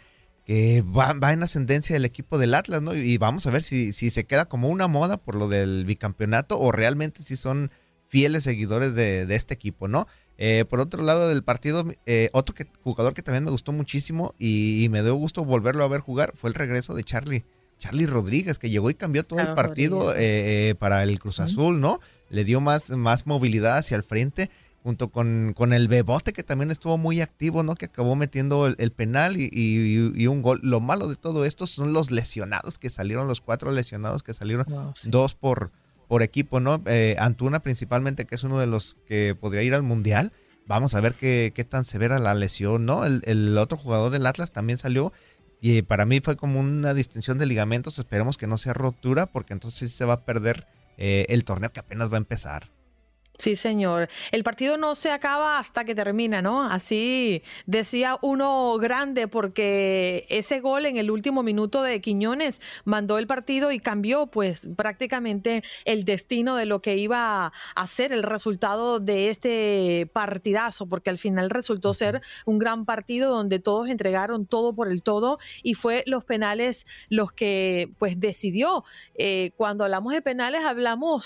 I: va en ascendencia el equipo del Atlas, ¿no? Y vamos a ver si se queda como una moda por lo del bicampeonato o realmente si son fieles seguidores de este equipo, ¿no? Por otro lado del partido, otro jugador que también me gustó muchísimo y me dio gusto volverlo a ver jugar fue el regreso de Charlie Rodríguez, que llegó y cambió todo el partido para el Cruz Azul, ¿no? Le dio más movilidad hacia el frente, junto con el Bebote, que también estuvo muy activo, ¿no? Que acabó metiendo el penal y un gol. Lo malo de todo esto son los lesionados que salieron, los 4 lesionados que salieron, 2 por equipo, ¿no? Antuna principalmente, que es uno de los que podría ir al Mundial. Vamos a ver qué tan severa la lesión, ¿no? El otro jugador del Atlas también salió y para mí fue como una distensión de ligamentos. Esperemos que no sea rotura, porque entonces se va a perder el torneo que apenas va a empezar.
C: Sí, señor. El partido no se acaba hasta que termina, ¿no? Así decía uno grande, porque ese gol en el último minuto de Quiñones mandó el partido y cambió pues prácticamente el destino de lo que iba a ser el resultado de este partidazo, porque al final resultó ser un gran partido donde todos entregaron todo por el todo y fue los penales los que pues decidió. Cuando hablamos de penales hablamos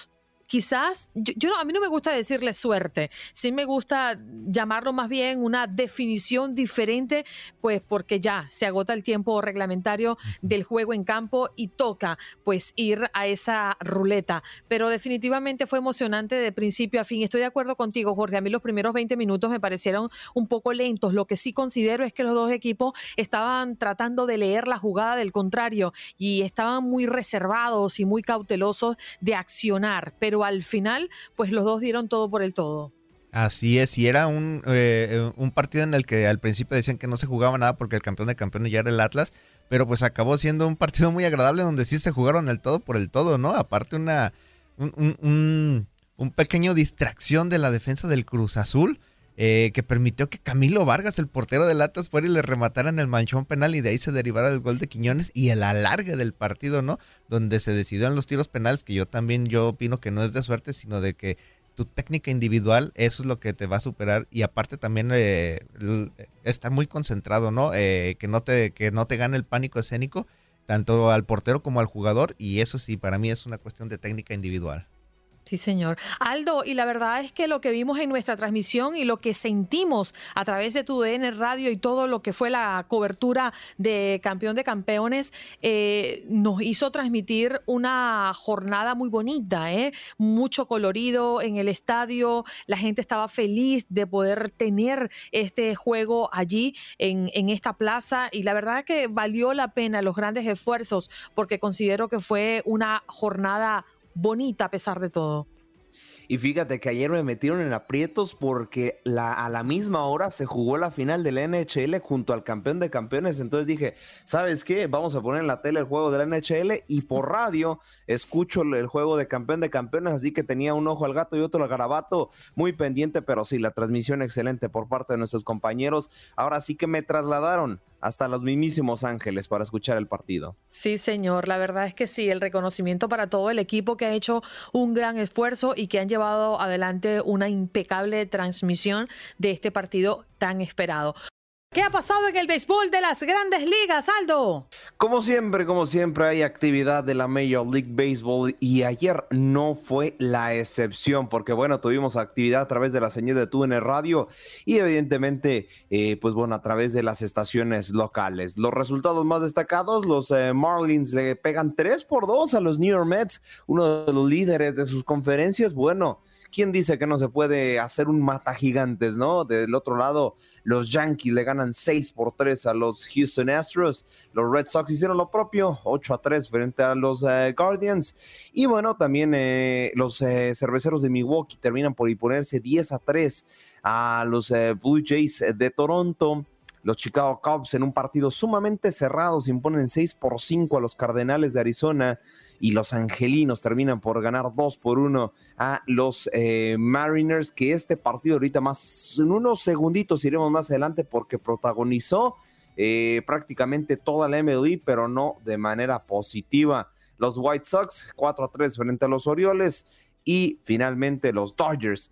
C: quizás, a mí no me gusta decirle suerte, sí me gusta llamarlo más bien una definición diferente, pues porque ya se agota el tiempo reglamentario del juego en campo y toca pues ir a esa ruleta, pero definitivamente fue emocionante de principio a fin. Estoy de acuerdo contigo, Jorge, a mí los primeros 20 minutos me parecieron un poco lentos. Lo que sí considero es que los dos equipos estaban tratando de leer la jugada del contrario y estaban muy reservados y muy cautelosos de accionar, pero al final pues los dos dieron todo por el todo.
I: Así es, y era un partido en el que al principio decían que no se jugaba nada porque el campeón de campeones ya era el Atlas, pero pues acabó siendo un partido muy agradable donde sí se jugaron el todo por el todo, ¿no? Aparte un pequeño distracción de la defensa del Cruz Azul, que permitió que Camilo Vargas, el portero del Atlas, fuera y le rematara en el manchón penal y de ahí se derivara el gol de Quiñones y el alargue del partido, ¿no? Donde se decidió en los tiros penales, que yo opino que no es de suerte, sino de que tu técnica individual, eso es lo que te va a superar, y aparte también estar muy concentrado, ¿no? Que no te gane el pánico escénico, tanto al portero como al jugador, y eso sí, para mí es una cuestión de técnica individual.
C: Sí, señor. Aldo, y la verdad es que lo que vimos en nuestra transmisión y lo que sentimos a través de tu DN Radio y todo lo que fue la cobertura de Campeón de Campeones, nos hizo transmitir una jornada muy bonita, mucho colorido en el estadio, la gente estaba feliz de poder tener este juego allí en esta plaza, y la verdad que valió la pena los grandes esfuerzos, porque considero que fue una jornada bonita a pesar de todo.
H: Y fíjate que ayer me metieron en aprietos porque a la misma hora se jugó la final de la NHL junto al campeón de campeones. Entonces dije, ¿sabes qué? Vamos a poner en la tele el juego de la NHL y por radio escucho el juego de campeón de campeones. Así que tenía un ojo al gato y otro al garabato, muy pendiente, pero sí, la transmisión excelente por parte de nuestros compañeros. Ahora sí que me trasladaron hasta los mismísimos Ángeles para escuchar el partido.
C: Sí, señor, la verdad es que sí, el reconocimiento para todo el equipo que ha hecho un gran esfuerzo y que han llevado adelante una impecable transmisión de este partido tan esperado. ¿Qué ha pasado en el béisbol de las Grandes Ligas, Aldo?
H: Como siempre hay actividad de la Major League Baseball y ayer no fue la excepción porque bueno, tuvimos actividad a través de la señal de TUDN Radio y evidentemente pues bueno, a través de las estaciones locales. Los resultados más destacados, los Marlins le pegan 3-2 a los New York Mets, uno de los líderes de sus conferencias. Bueno, ¿quién dice que no se puede hacer un mata gigantes, no? Del otro lado, los Yankees le ganan 6-3 a los Houston Astros. Los Red Sox hicieron lo propio, 8-3 frente a los Guardians. Y bueno, también los Cerveceros de Milwaukee terminan por imponerse 10-3 a los Blue Jays de Toronto. Los Chicago Cubs en un partido sumamente cerrado se imponen 6-5 a los Cardenales de Arizona y los Angelinos terminan por ganar 2-1 a los Mariners, que este partido ahorita más, en unos segunditos iremos más adelante porque protagonizó prácticamente toda la MLB, pero no de manera positiva. Los White Sox 4-3 frente a los Orioles y finalmente los Dodgers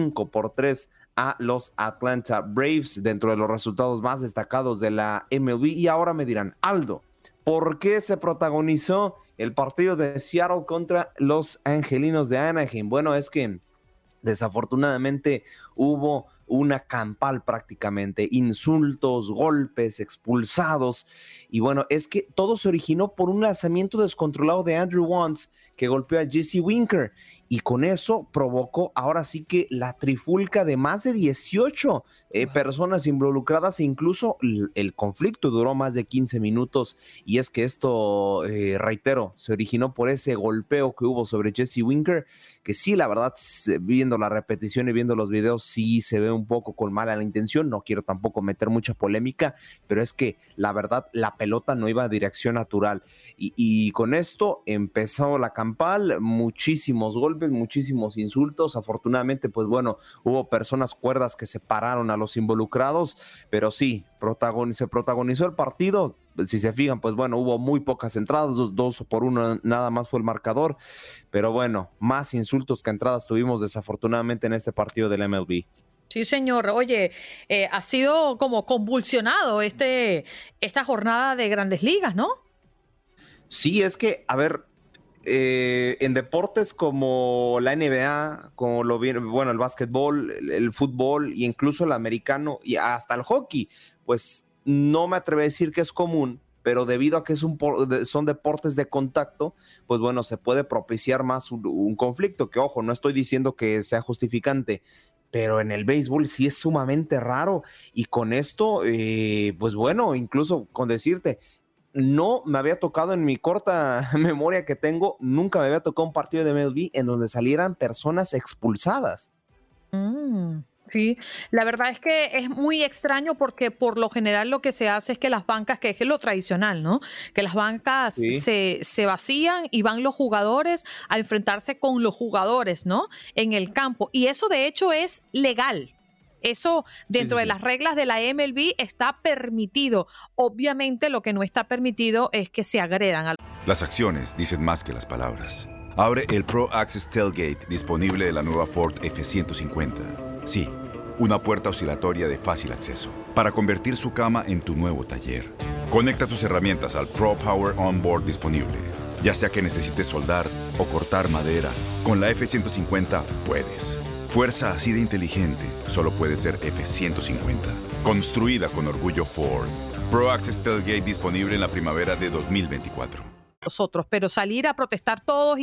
H: 5-3 a los Atlanta Braves dentro de los resultados más destacados de la MLB. Y ahora me dirán, Aldo, ¿por qué se protagonizó el partido de Seattle contra los Angelinos de Anaheim? Bueno, es que desafortunadamente hubo una campal prácticamente, insultos, golpes, expulsados, y bueno, es que todo se originó por un lanzamiento descontrolado de Andrew Wands que golpeó a Jesse Winker, y con eso provocó ahora sí que la trifulca de más de 18 personas involucradas, e incluso el conflicto duró más de 15 minutos, y es que esto, reitero, se originó por ese golpeo que hubo sobre Jesse Winker, que sí, la verdad, viendo la repetición y viendo los videos, sí se ve un poco con mala la intención. No quiero tampoco meter mucha polémica, pero es que la verdad, la pelota no iba a dirección natural, y con esto empezó la campal, muchísimos golpes, muchísimos insultos. Afortunadamente, pues bueno, hubo personas cuerdas que separaron a los involucrados, pero sí, se protagonizó el partido. Si se fijan, pues bueno, hubo muy pocas entradas, 2-1 nada más fue el marcador, pero bueno, más insultos que entradas tuvimos desafortunadamente en este partido del MLB.
C: Sí, señor. Oye, ha sido como convulsionado esta jornada de Grandes Ligas, ¿no?
H: Sí, es que, a ver, en deportes como la NBA, como el básquetbol, el fútbol e incluso el americano y hasta el hockey, pues no me atrevo a decir que es común, pero debido a que son deportes de contacto, pues bueno, se puede propiciar más un conflicto, que ojo, no estoy diciendo que sea justificante, pero en el béisbol sí es sumamente raro, y con esto, pues bueno, incluso con decirte, no me había tocado en mi corta memoria que tengo, nunca me había tocado un partido de MLB en donde salieran personas expulsadas.
C: Sí, la verdad es que es muy extraño porque por lo general lo que se hace es que las bancas, que es lo tradicional, ¿no? Que las bancas
H: Sí.
C: se vacían y van los jugadores a enfrentarse con los jugadores, ¿no? En el campo. Y eso de hecho es legal. Eso dentro de las reglas de la MLB está permitido. Obviamente lo que no está permitido es que se agredan.
A: Las acciones dicen más que las palabras. Abre el Pro Access Tailgate disponible de la nueva Ford F-150. Sí, una puerta oscilatoria de fácil acceso para convertir su cama en tu nuevo taller. Conecta tus herramientas al Pro Power Onboard disponible. Ya sea que necesites soldar o cortar madera, con la F-150 puedes. Fuerza así de inteligente solo puede ser F-150. Construida con orgullo Ford. Pro Access Tailgate disponible en la primavera de 2024.
C: Nosotros, pero salir a protestar todos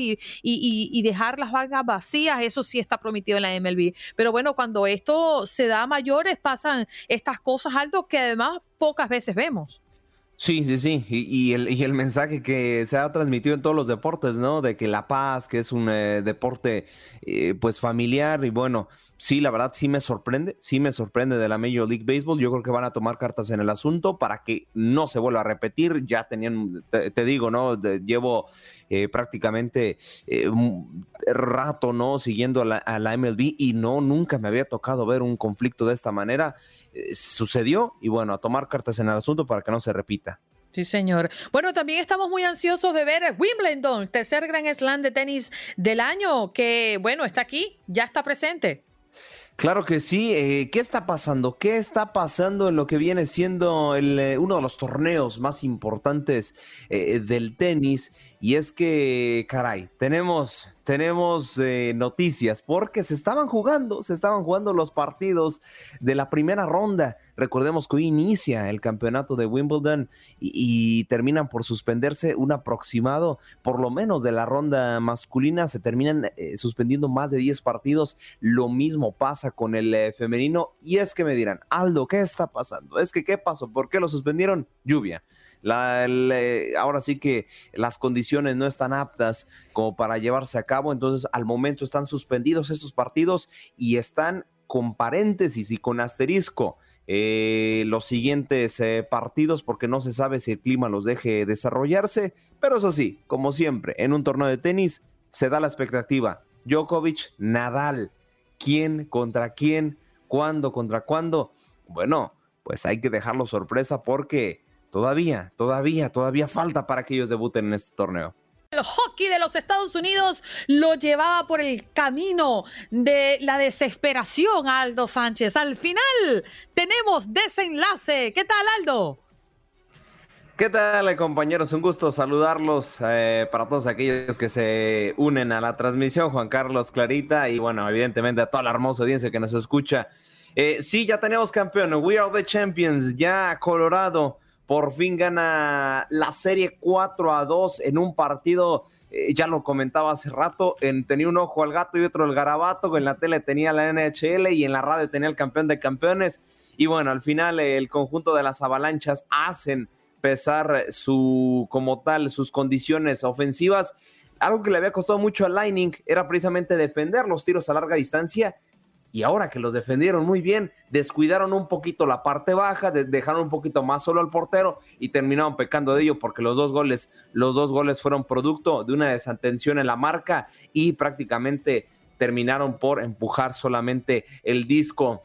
C: y dejar las bancas vacías, eso sí está permitido en la MLB. Pero bueno, cuando esto se da a mayores, pasan estas cosas, algo que además pocas veces vemos.
H: Sí. Y el mensaje que se ha transmitido en todos los deportes, ¿no? De que la paz, que es un deporte pues familiar, y bueno, sí, la verdad sí me sorprende de la Major League Baseball. Yo creo que van a tomar cartas en el asunto para que no se vuelva a repetir. Ya tenían, te digo, ¿no? Llevo prácticamente un rato, ¿no? Siguiendo a la MLB y nunca me había tocado ver un conflicto de esta manera. Sucedió y bueno, a tomar cartas en el asunto para que no se repita.
C: Sí, señor. Bueno, también estamos muy ansiosos de ver Wimbledon, tercer Grand Slam de tenis del año, que bueno, está aquí, ya está presente.
H: Claro que sí. ¿Qué está pasando? ¿Qué está pasando en lo que viene siendo uno de los torneos más importantes del tenis? Y es que, caray, tenemos noticias porque se estaban jugando los partidos de la primera ronda. Recordemos que hoy inicia el campeonato de Wimbledon y terminan por suspenderse un aproximado, por lo menos de la ronda masculina, se terminan suspendiendo más de 10 partidos. Lo mismo pasa con el femenino. Y es que me dirán, Aldo, ¿qué está pasando? ¿Qué pasó? ¿Por qué lo suspendieron? Lluvia. Ahora sí que las condiciones no están aptas como para llevarse a cabo, entonces al momento están suspendidos estos partidos y están con paréntesis y con asterisco los siguientes partidos, porque no se sabe si el clima los deje desarrollarse, pero eso sí, como siempre, en un torneo de tenis se da la expectativa. Djokovic, Nadal, ¿quién contra quién? ¿Cuándo contra cuándo? Bueno, pues hay que dejarlo sorpresa porque todavía falta para que ellos debuten en este torneo.
C: El hockey de los Estados Unidos lo llevaba por el camino de la desesperación, Aldo Sánchez. Al final tenemos desenlace. ¿Qué tal, Aldo?
H: ¿Qué tal, compañeros? Un gusto saludarlos para todos aquellos que se unen a la transmisión. Juan Carlos, Clarita y bueno, evidentemente a toda la hermosa audiencia que nos escucha. Sí, ya tenemos campeón. We are the champions. Ya Colorado por fin gana la serie 4-2 en un partido, ya lo comentaba hace rato, tenía un ojo al gato y otro al garabato, en la tele tenía la NHL y en la radio tenía el campeón de campeones, y bueno, al final el conjunto de las Avalanchas hacen pesar como tal sus condiciones ofensivas. Algo que le había costado mucho a Lightning era precisamente defender los tiros a larga distancia, y ahora que los defendieron muy bien, descuidaron un poquito la parte baja, dejaron un poquito más solo al portero y terminaron pecando de ello porque los dos goles fueron producto de una desatención en la marca y prácticamente terminaron por empujar solamente el disco.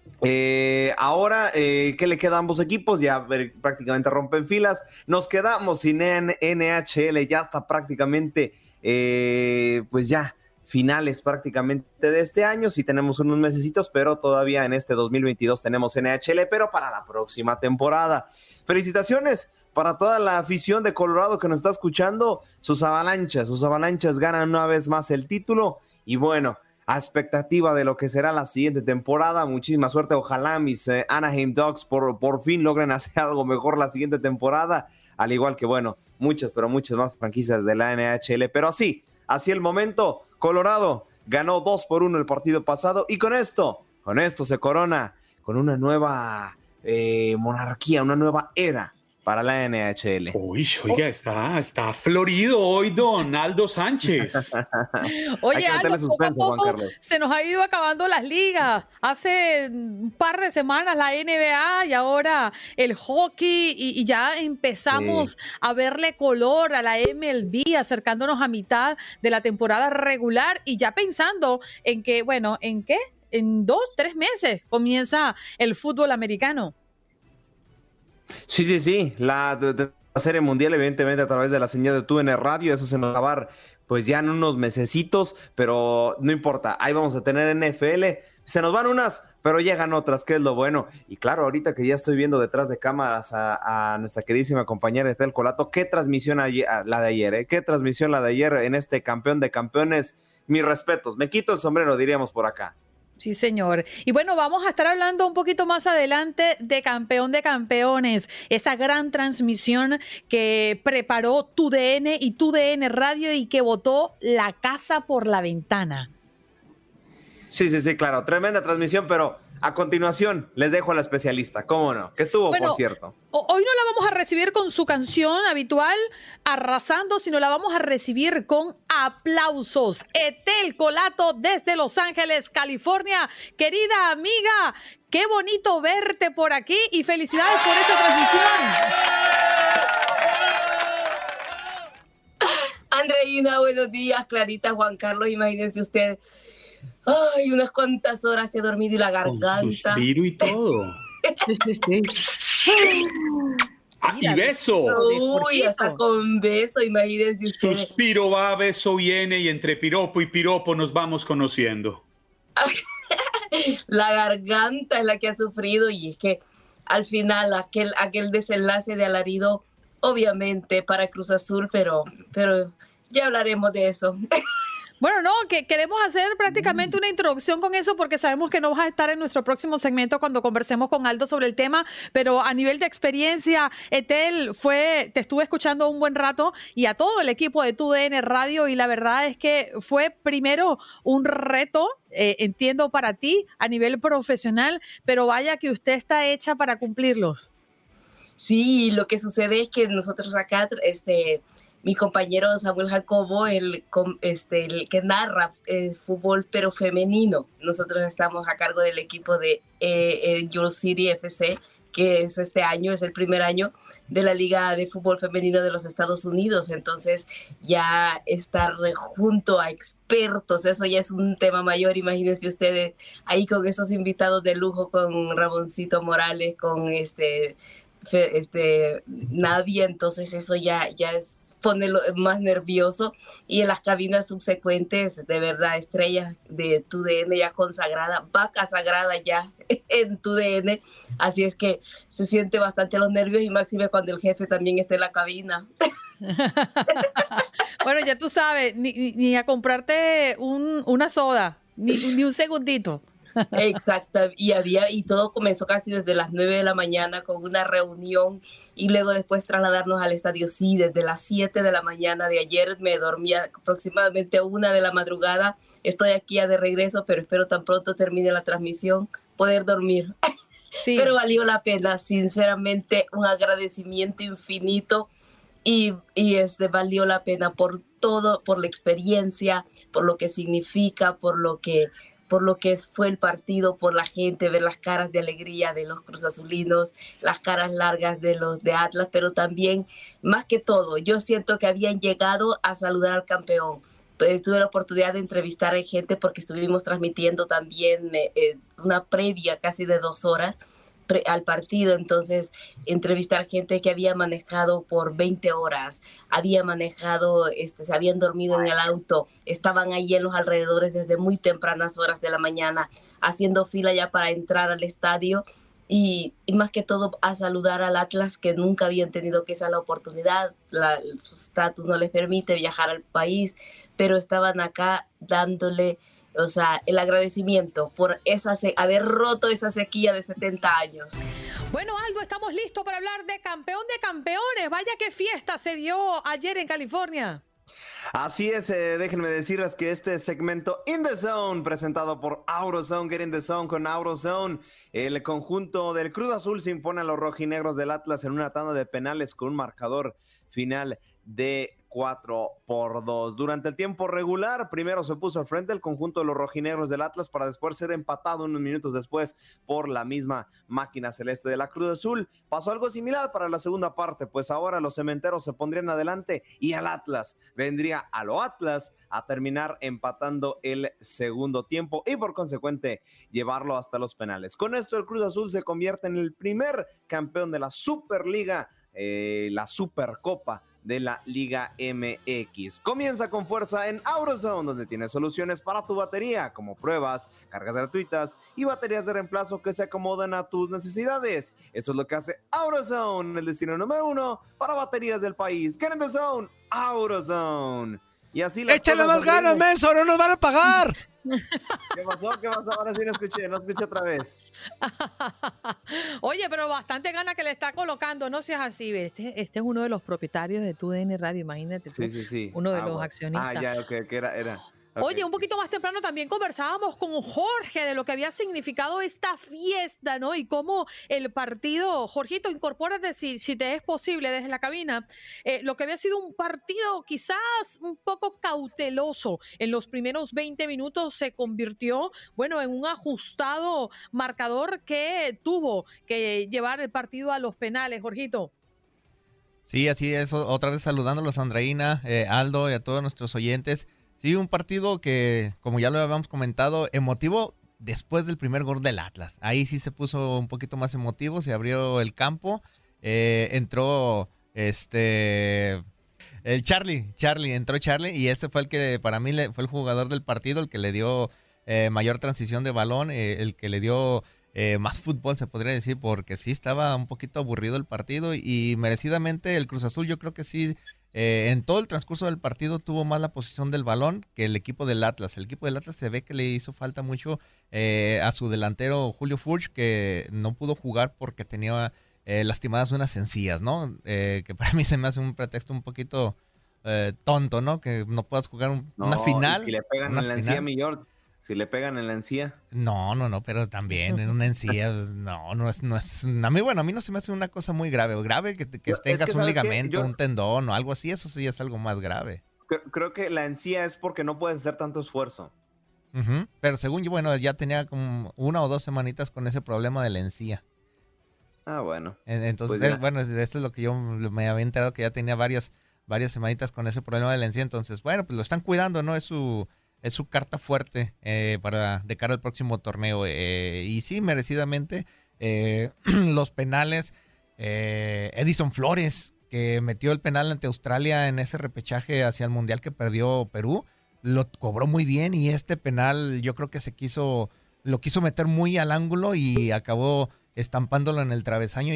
H: Ahora, ¿qué le queda a ambos equipos? Ya prácticamente rompen filas. Nos quedamos sin NHL, ya está prácticamente, pues ya finales prácticamente de este año. Sí tenemos unos mesecitos, pero todavía en este 2022 tenemos NHL, pero para la próxima temporada. Felicitaciones para toda la afición de Colorado que nos está escuchando. Sus avalanchas ganan una vez más el título y bueno, a expectativa de lo que será la siguiente temporada. Muchísima suerte. Ojalá mis Anaheim Ducks por fin logren hacer algo mejor la siguiente temporada, al igual que, bueno, muchas más franquicias de la NHL. Pero así el momento. Colorado ganó 2-1 el partido pasado y con esto se corona con una nueva monarquía, una nueva era para la NHL.
E: Oiga, está florido hoy don Aldo Sánchez.
C: Oye, Aldo, poco a poco se nos ha ido acabando las ligas. Hace un par de semanas la NBA y ahora el hockey y ya empezamos a verle color a la MLB, acercándonos a mitad de la temporada regular y ya pensando en que, bueno, ¿en qué? En 2-3 meses comienza el fútbol americano.
H: Sí. La serie mundial, evidentemente, a través de la señal de TUDN Radio, eso se nos va a acabar pues ya en unos mesecitos, pero no importa, ahí vamos a tener NFL. Se nos van unas, pero llegan otras, que es lo bueno. Y claro, ahorita que ya estoy viendo detrás de cámaras a nuestra queridísima compañera Ethel Colato, qué transmisión la de ayer, qué transmisión la de ayer en este campeón de campeones. Mis respetos, me quito el sombrero, diríamos por acá.
C: Sí, señor. Y bueno, vamos a estar hablando un poquito más adelante de Campeón de Campeones, esa gran transmisión que preparó TUDN y TUDN Radio y que botó la casa por la ventana.
H: Sí, claro, tremenda transmisión, pero a continuación les dejo a la especialista, ¿cómo no? Que estuvo, por cierto.
C: Hoy no la vamos a recibir con su canción habitual, arrasando, sino la vamos a recibir con aplausos. Ethel Colato desde Los Ángeles, California. Querida amiga, qué bonito verte por aquí y felicidades por esta transmisión.
J: Andreina, buenos días. Clarita, Juan Carlos, imagínense ustedes. Ay, unas cuantas horas he dormido y la garganta.
E: Con suspiro y todo. Y beso.
J: Uy, hasta con beso, imagínense ustedes.
E: Suspiro va, beso viene y entre piropo y piropo nos vamos conociendo.
J: La garganta es la que ha sufrido y es que al final aquel desenlace de alarido, obviamente para Cruz Azul, pero ya hablaremos de eso.
C: Bueno, no, que queremos hacer prácticamente una introducción con eso porque sabemos que no vas a estar en nuestro próximo segmento cuando conversemos con Aldo sobre el tema, pero a nivel de experiencia, Ethel, te estuve escuchando un buen rato y a todo el equipo de TUDN Radio y la verdad es que fue primero un reto, entiendo, para ti a nivel profesional, pero vaya que usted está hecha para cumplirlos.
J: Sí, lo que sucede es que nosotros acá, mi compañero Samuel Jacobo, el que narra fútbol pero femenino. Nosotros estamos a cargo del equipo de York City FC, que es es el primer año de la Liga de Fútbol Femenino de los Estados Unidos. Entonces ya estar junto a expertos, eso ya es un tema mayor. Imagínense ustedes ahí con esos invitados de lujo, con Ramoncito Morales, con Nadia, entonces eso ya pone más nervioso y en las cabinas subsecuentes, de verdad, estrellas de TUDN ya consagrada, vaca sagrada ya en TUDN, así es que se siente bastante los nervios y máxime cuando el jefe también esté en la cabina.
C: Bueno, ya tú sabes, ni a comprarte una soda, ni un segundito.
J: Exacto, y todo comenzó casi desde las 9 de la mañana con una reunión y luego después trasladarnos al estadio. Sí, desde las 7 de la mañana de ayer me dormía aproximadamente 1 de la madrugada. Estoy aquí ya de regreso, pero espero tan pronto termine la transmisión poder dormir. Sí. Pero valió la pena, sinceramente, un agradecimiento infinito y valió la pena por todo, por la experiencia, por lo que significa, por lo que fue el partido, por la gente, ver las caras de alegría de los cruzazulinos, las caras largas de los de Atlas, pero también, más que todo, yo siento que habían llegado a saludar al campeón. Pues tuve la oportunidad de entrevistar a gente porque estuvimos transmitiendo también una previa casi de 2 horas, al partido, entonces entrevistar gente que había manejado por 20 horas, había manejado, se habían dormido en el auto, estaban ahí en los alrededores desde muy tempranas horas de la mañana, haciendo fila ya para entrar al estadio. Y más que todo a saludar al Atlas, que nunca habían tenido quizá la oportunidad, su estatus no les permite viajar al país, pero estaban acá dándole, o sea, el agradecimiento por haber roto esa sequía de 70 años.
C: Bueno, Aldo, estamos listos para hablar de campeón de campeones. Vaya qué fiesta se dio ayer en California.
H: Así es, déjenme decirles que este segmento In The Zone, presentado por AutoZone, Get in the Zone con AutoZone, el conjunto del Cruz Azul se impone a los rojinegros del Atlas en una tanda de penales con un marcador final de 4-2. Durante el tiempo regular, primero se puso al frente el conjunto de los rojinegros del Atlas para después ser empatado unos minutos después por la misma máquina celeste de la Cruz Azul. Pasó algo similar para la segunda parte, pues ahora los cementeros se pondrían adelante y al Atlas vendría a lo Atlas a terminar empatando el segundo tiempo y por consecuente llevarlo hasta los penales. Con esto el Cruz Azul se convierte en el primer campeón de la Superliga, la Supercopa de la Liga MX. Comienza con fuerza en AutoZone, donde tienes soluciones para tu batería, como pruebas, cargas gratuitas y baterías de reemplazo que se acomodan a tus necesidades. Eso es lo que hace AutoZone, el destino número 1 para baterías del país. Get in the zone, AutoZone. Y así
K: ¡échale más ganas, menso! ¡No nos van a pagar!
H: ¿Qué pasó? Ahora sí no escuché otra vez.
C: Oye, pero bastante gana que le está colocando, no seas así. Este es uno de los propietarios de TUDN Radio, imagínate tú.
H: Sí.
C: Uno de los accionistas.
H: Ya, ok, que era.
C: Oye, un poquito más temprano también conversábamos con Jorge de lo que había significado esta fiesta, ¿no? Y cómo el partido, Jorgito, incorpórate si te es posible desde la cabina, lo que había sido un partido quizás un poco cauteloso en los primeros 20 minutos se convirtió, bueno, en un ajustado marcador que tuvo que llevar el partido a los penales, Jorgito.
I: Sí, así es, otra vez saludándolos, Andreina, Aldo y a todos nuestros oyentes. Sí, un partido que, como ya lo habíamos comentado, emotivo después del primer gol del Atlas. Ahí sí se puso un poquito más emotivo, se abrió el campo, entró entró Charlie y ese fue el que para mí fue el jugador del partido, el que le dio mayor transición de balón, el que le dio más fútbol, se podría decir, porque sí estaba un poquito aburrido el partido y merecidamente el Cruz Azul yo creo que sí. En todo el transcurso del partido tuvo más la posición del balón que el equipo del Atlas. El equipo del Atlas se ve que le hizo falta mucho a su delantero Julio Furch, que no pudo jugar porque tenía lastimadas unas encías, ¿no? Que para mí se me hace un pretexto un poquito tonto, ¿no? Que no puedas jugar una final.
H: Si le pegan en la encía, si le pegan en la encía.
I: No, pero también en una encía, pues, no es, a mí no se me hace una cosa muy grave. Grave que tengas un ligamento, un tendón o algo así, eso sí es algo más grave.
H: Creo que la encía es porque no puedes hacer tanto esfuerzo.
I: Uh-huh. Pero según yo, bueno, ya tenía como 1 o 2 semanitas con ese problema de la encía.
H: Ah, bueno.
I: Entonces,
H: pues
I: bueno, esto es lo que yo me había enterado, que ya tenía varias semanitas con ese problema de la encía. Entonces, bueno, pues lo están cuidando, ¿no? Es su carta fuerte de cara al próximo torneo. Y sí, merecidamente, los penales, Edison Flores, que metió el penal ante Australia en ese repechaje hacia el Mundial que perdió Perú, lo cobró muy bien y este penal yo creo que lo quiso meter muy al ángulo y acabó estampándolo en el travesaño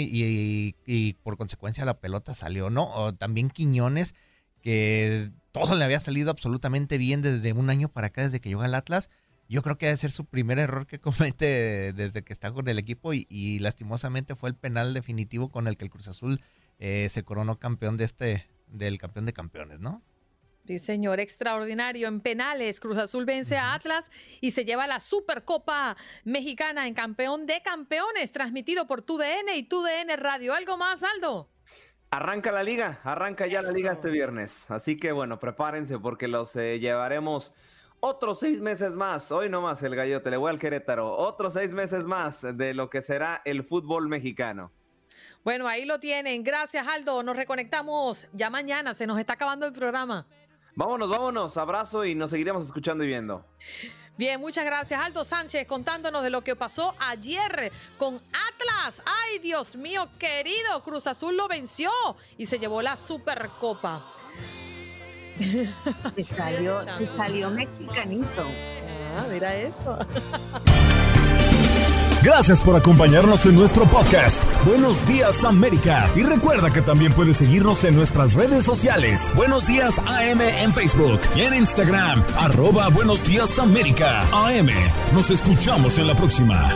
I: y por consecuencia la pelota salió, ¿no? O también Quiñones, que todo le había salido absolutamente bien desde un año para acá, desde que llegó al Atlas. Yo creo que debe ser su primer error que comete desde que está con el equipo y lastimosamente fue el penal definitivo con el que el Cruz Azul se coronó campeón del campeón de campeones, ¿no?
C: Sí, señor, extraordinario. En penales, Cruz Azul vence a Atlas y se lleva la Supercopa Mexicana en Campeón de Campeones, transmitido por TUDN y TUDN Radio. ¿Algo más, Aldo?
H: Arranca la liga este viernes. Así que bueno, prepárense porque los llevaremos otros 6 meses más. Hoy nomás el Gallote, le voy al Querétaro. Otros 6 meses más de lo que será el fútbol mexicano.
C: Bueno, ahí lo tienen. Gracias, Aldo. Nos reconectamos ya mañana. Se nos está acabando el programa.
H: Vámonos. Abrazo y nos seguiremos escuchando y viendo.
C: Bien, muchas gracias, Aldo Sánchez, contándonos de lo que pasó ayer con Atlas. Ay, Dios mío, querido, Cruz Azul lo venció y se llevó la Supercopa.
F: Te salió mexicanito.
C: Ah, mira eso.
B: Gracias por acompañarnos en nuestro podcast. Buenos Días América. Y recuerda que también puedes seguirnos en nuestras redes sociales. Buenos Días AM en Facebook y en Instagram. @Buenos Días América AM. Nos escuchamos en la próxima.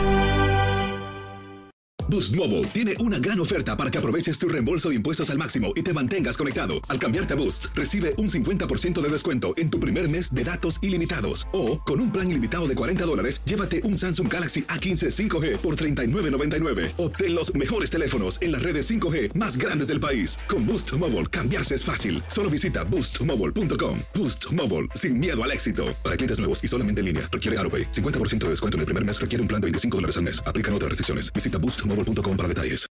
L: Boost Mobile tiene una gran oferta para que aproveches tu reembolso de impuestos al máximo y te mantengas conectado. Al cambiarte a Boost, recibe un 50% de descuento en tu primer mes de datos ilimitados. O, con un plan ilimitado de $40, llévate un Samsung Galaxy A15 5G por $39.99. Obtén los mejores teléfonos en las redes 5G más grandes del país. Con Boost Mobile, cambiarse es fácil. Solo visita boostmobile.com. Boost Mobile, sin miedo al éxito. Para clientes nuevos y solamente en línea, requiere AutoPay. 50% de descuento en el primer mes requiere un plan de $25 al mes. Aplican otras restricciones. Visita boostmobile.com para detalles.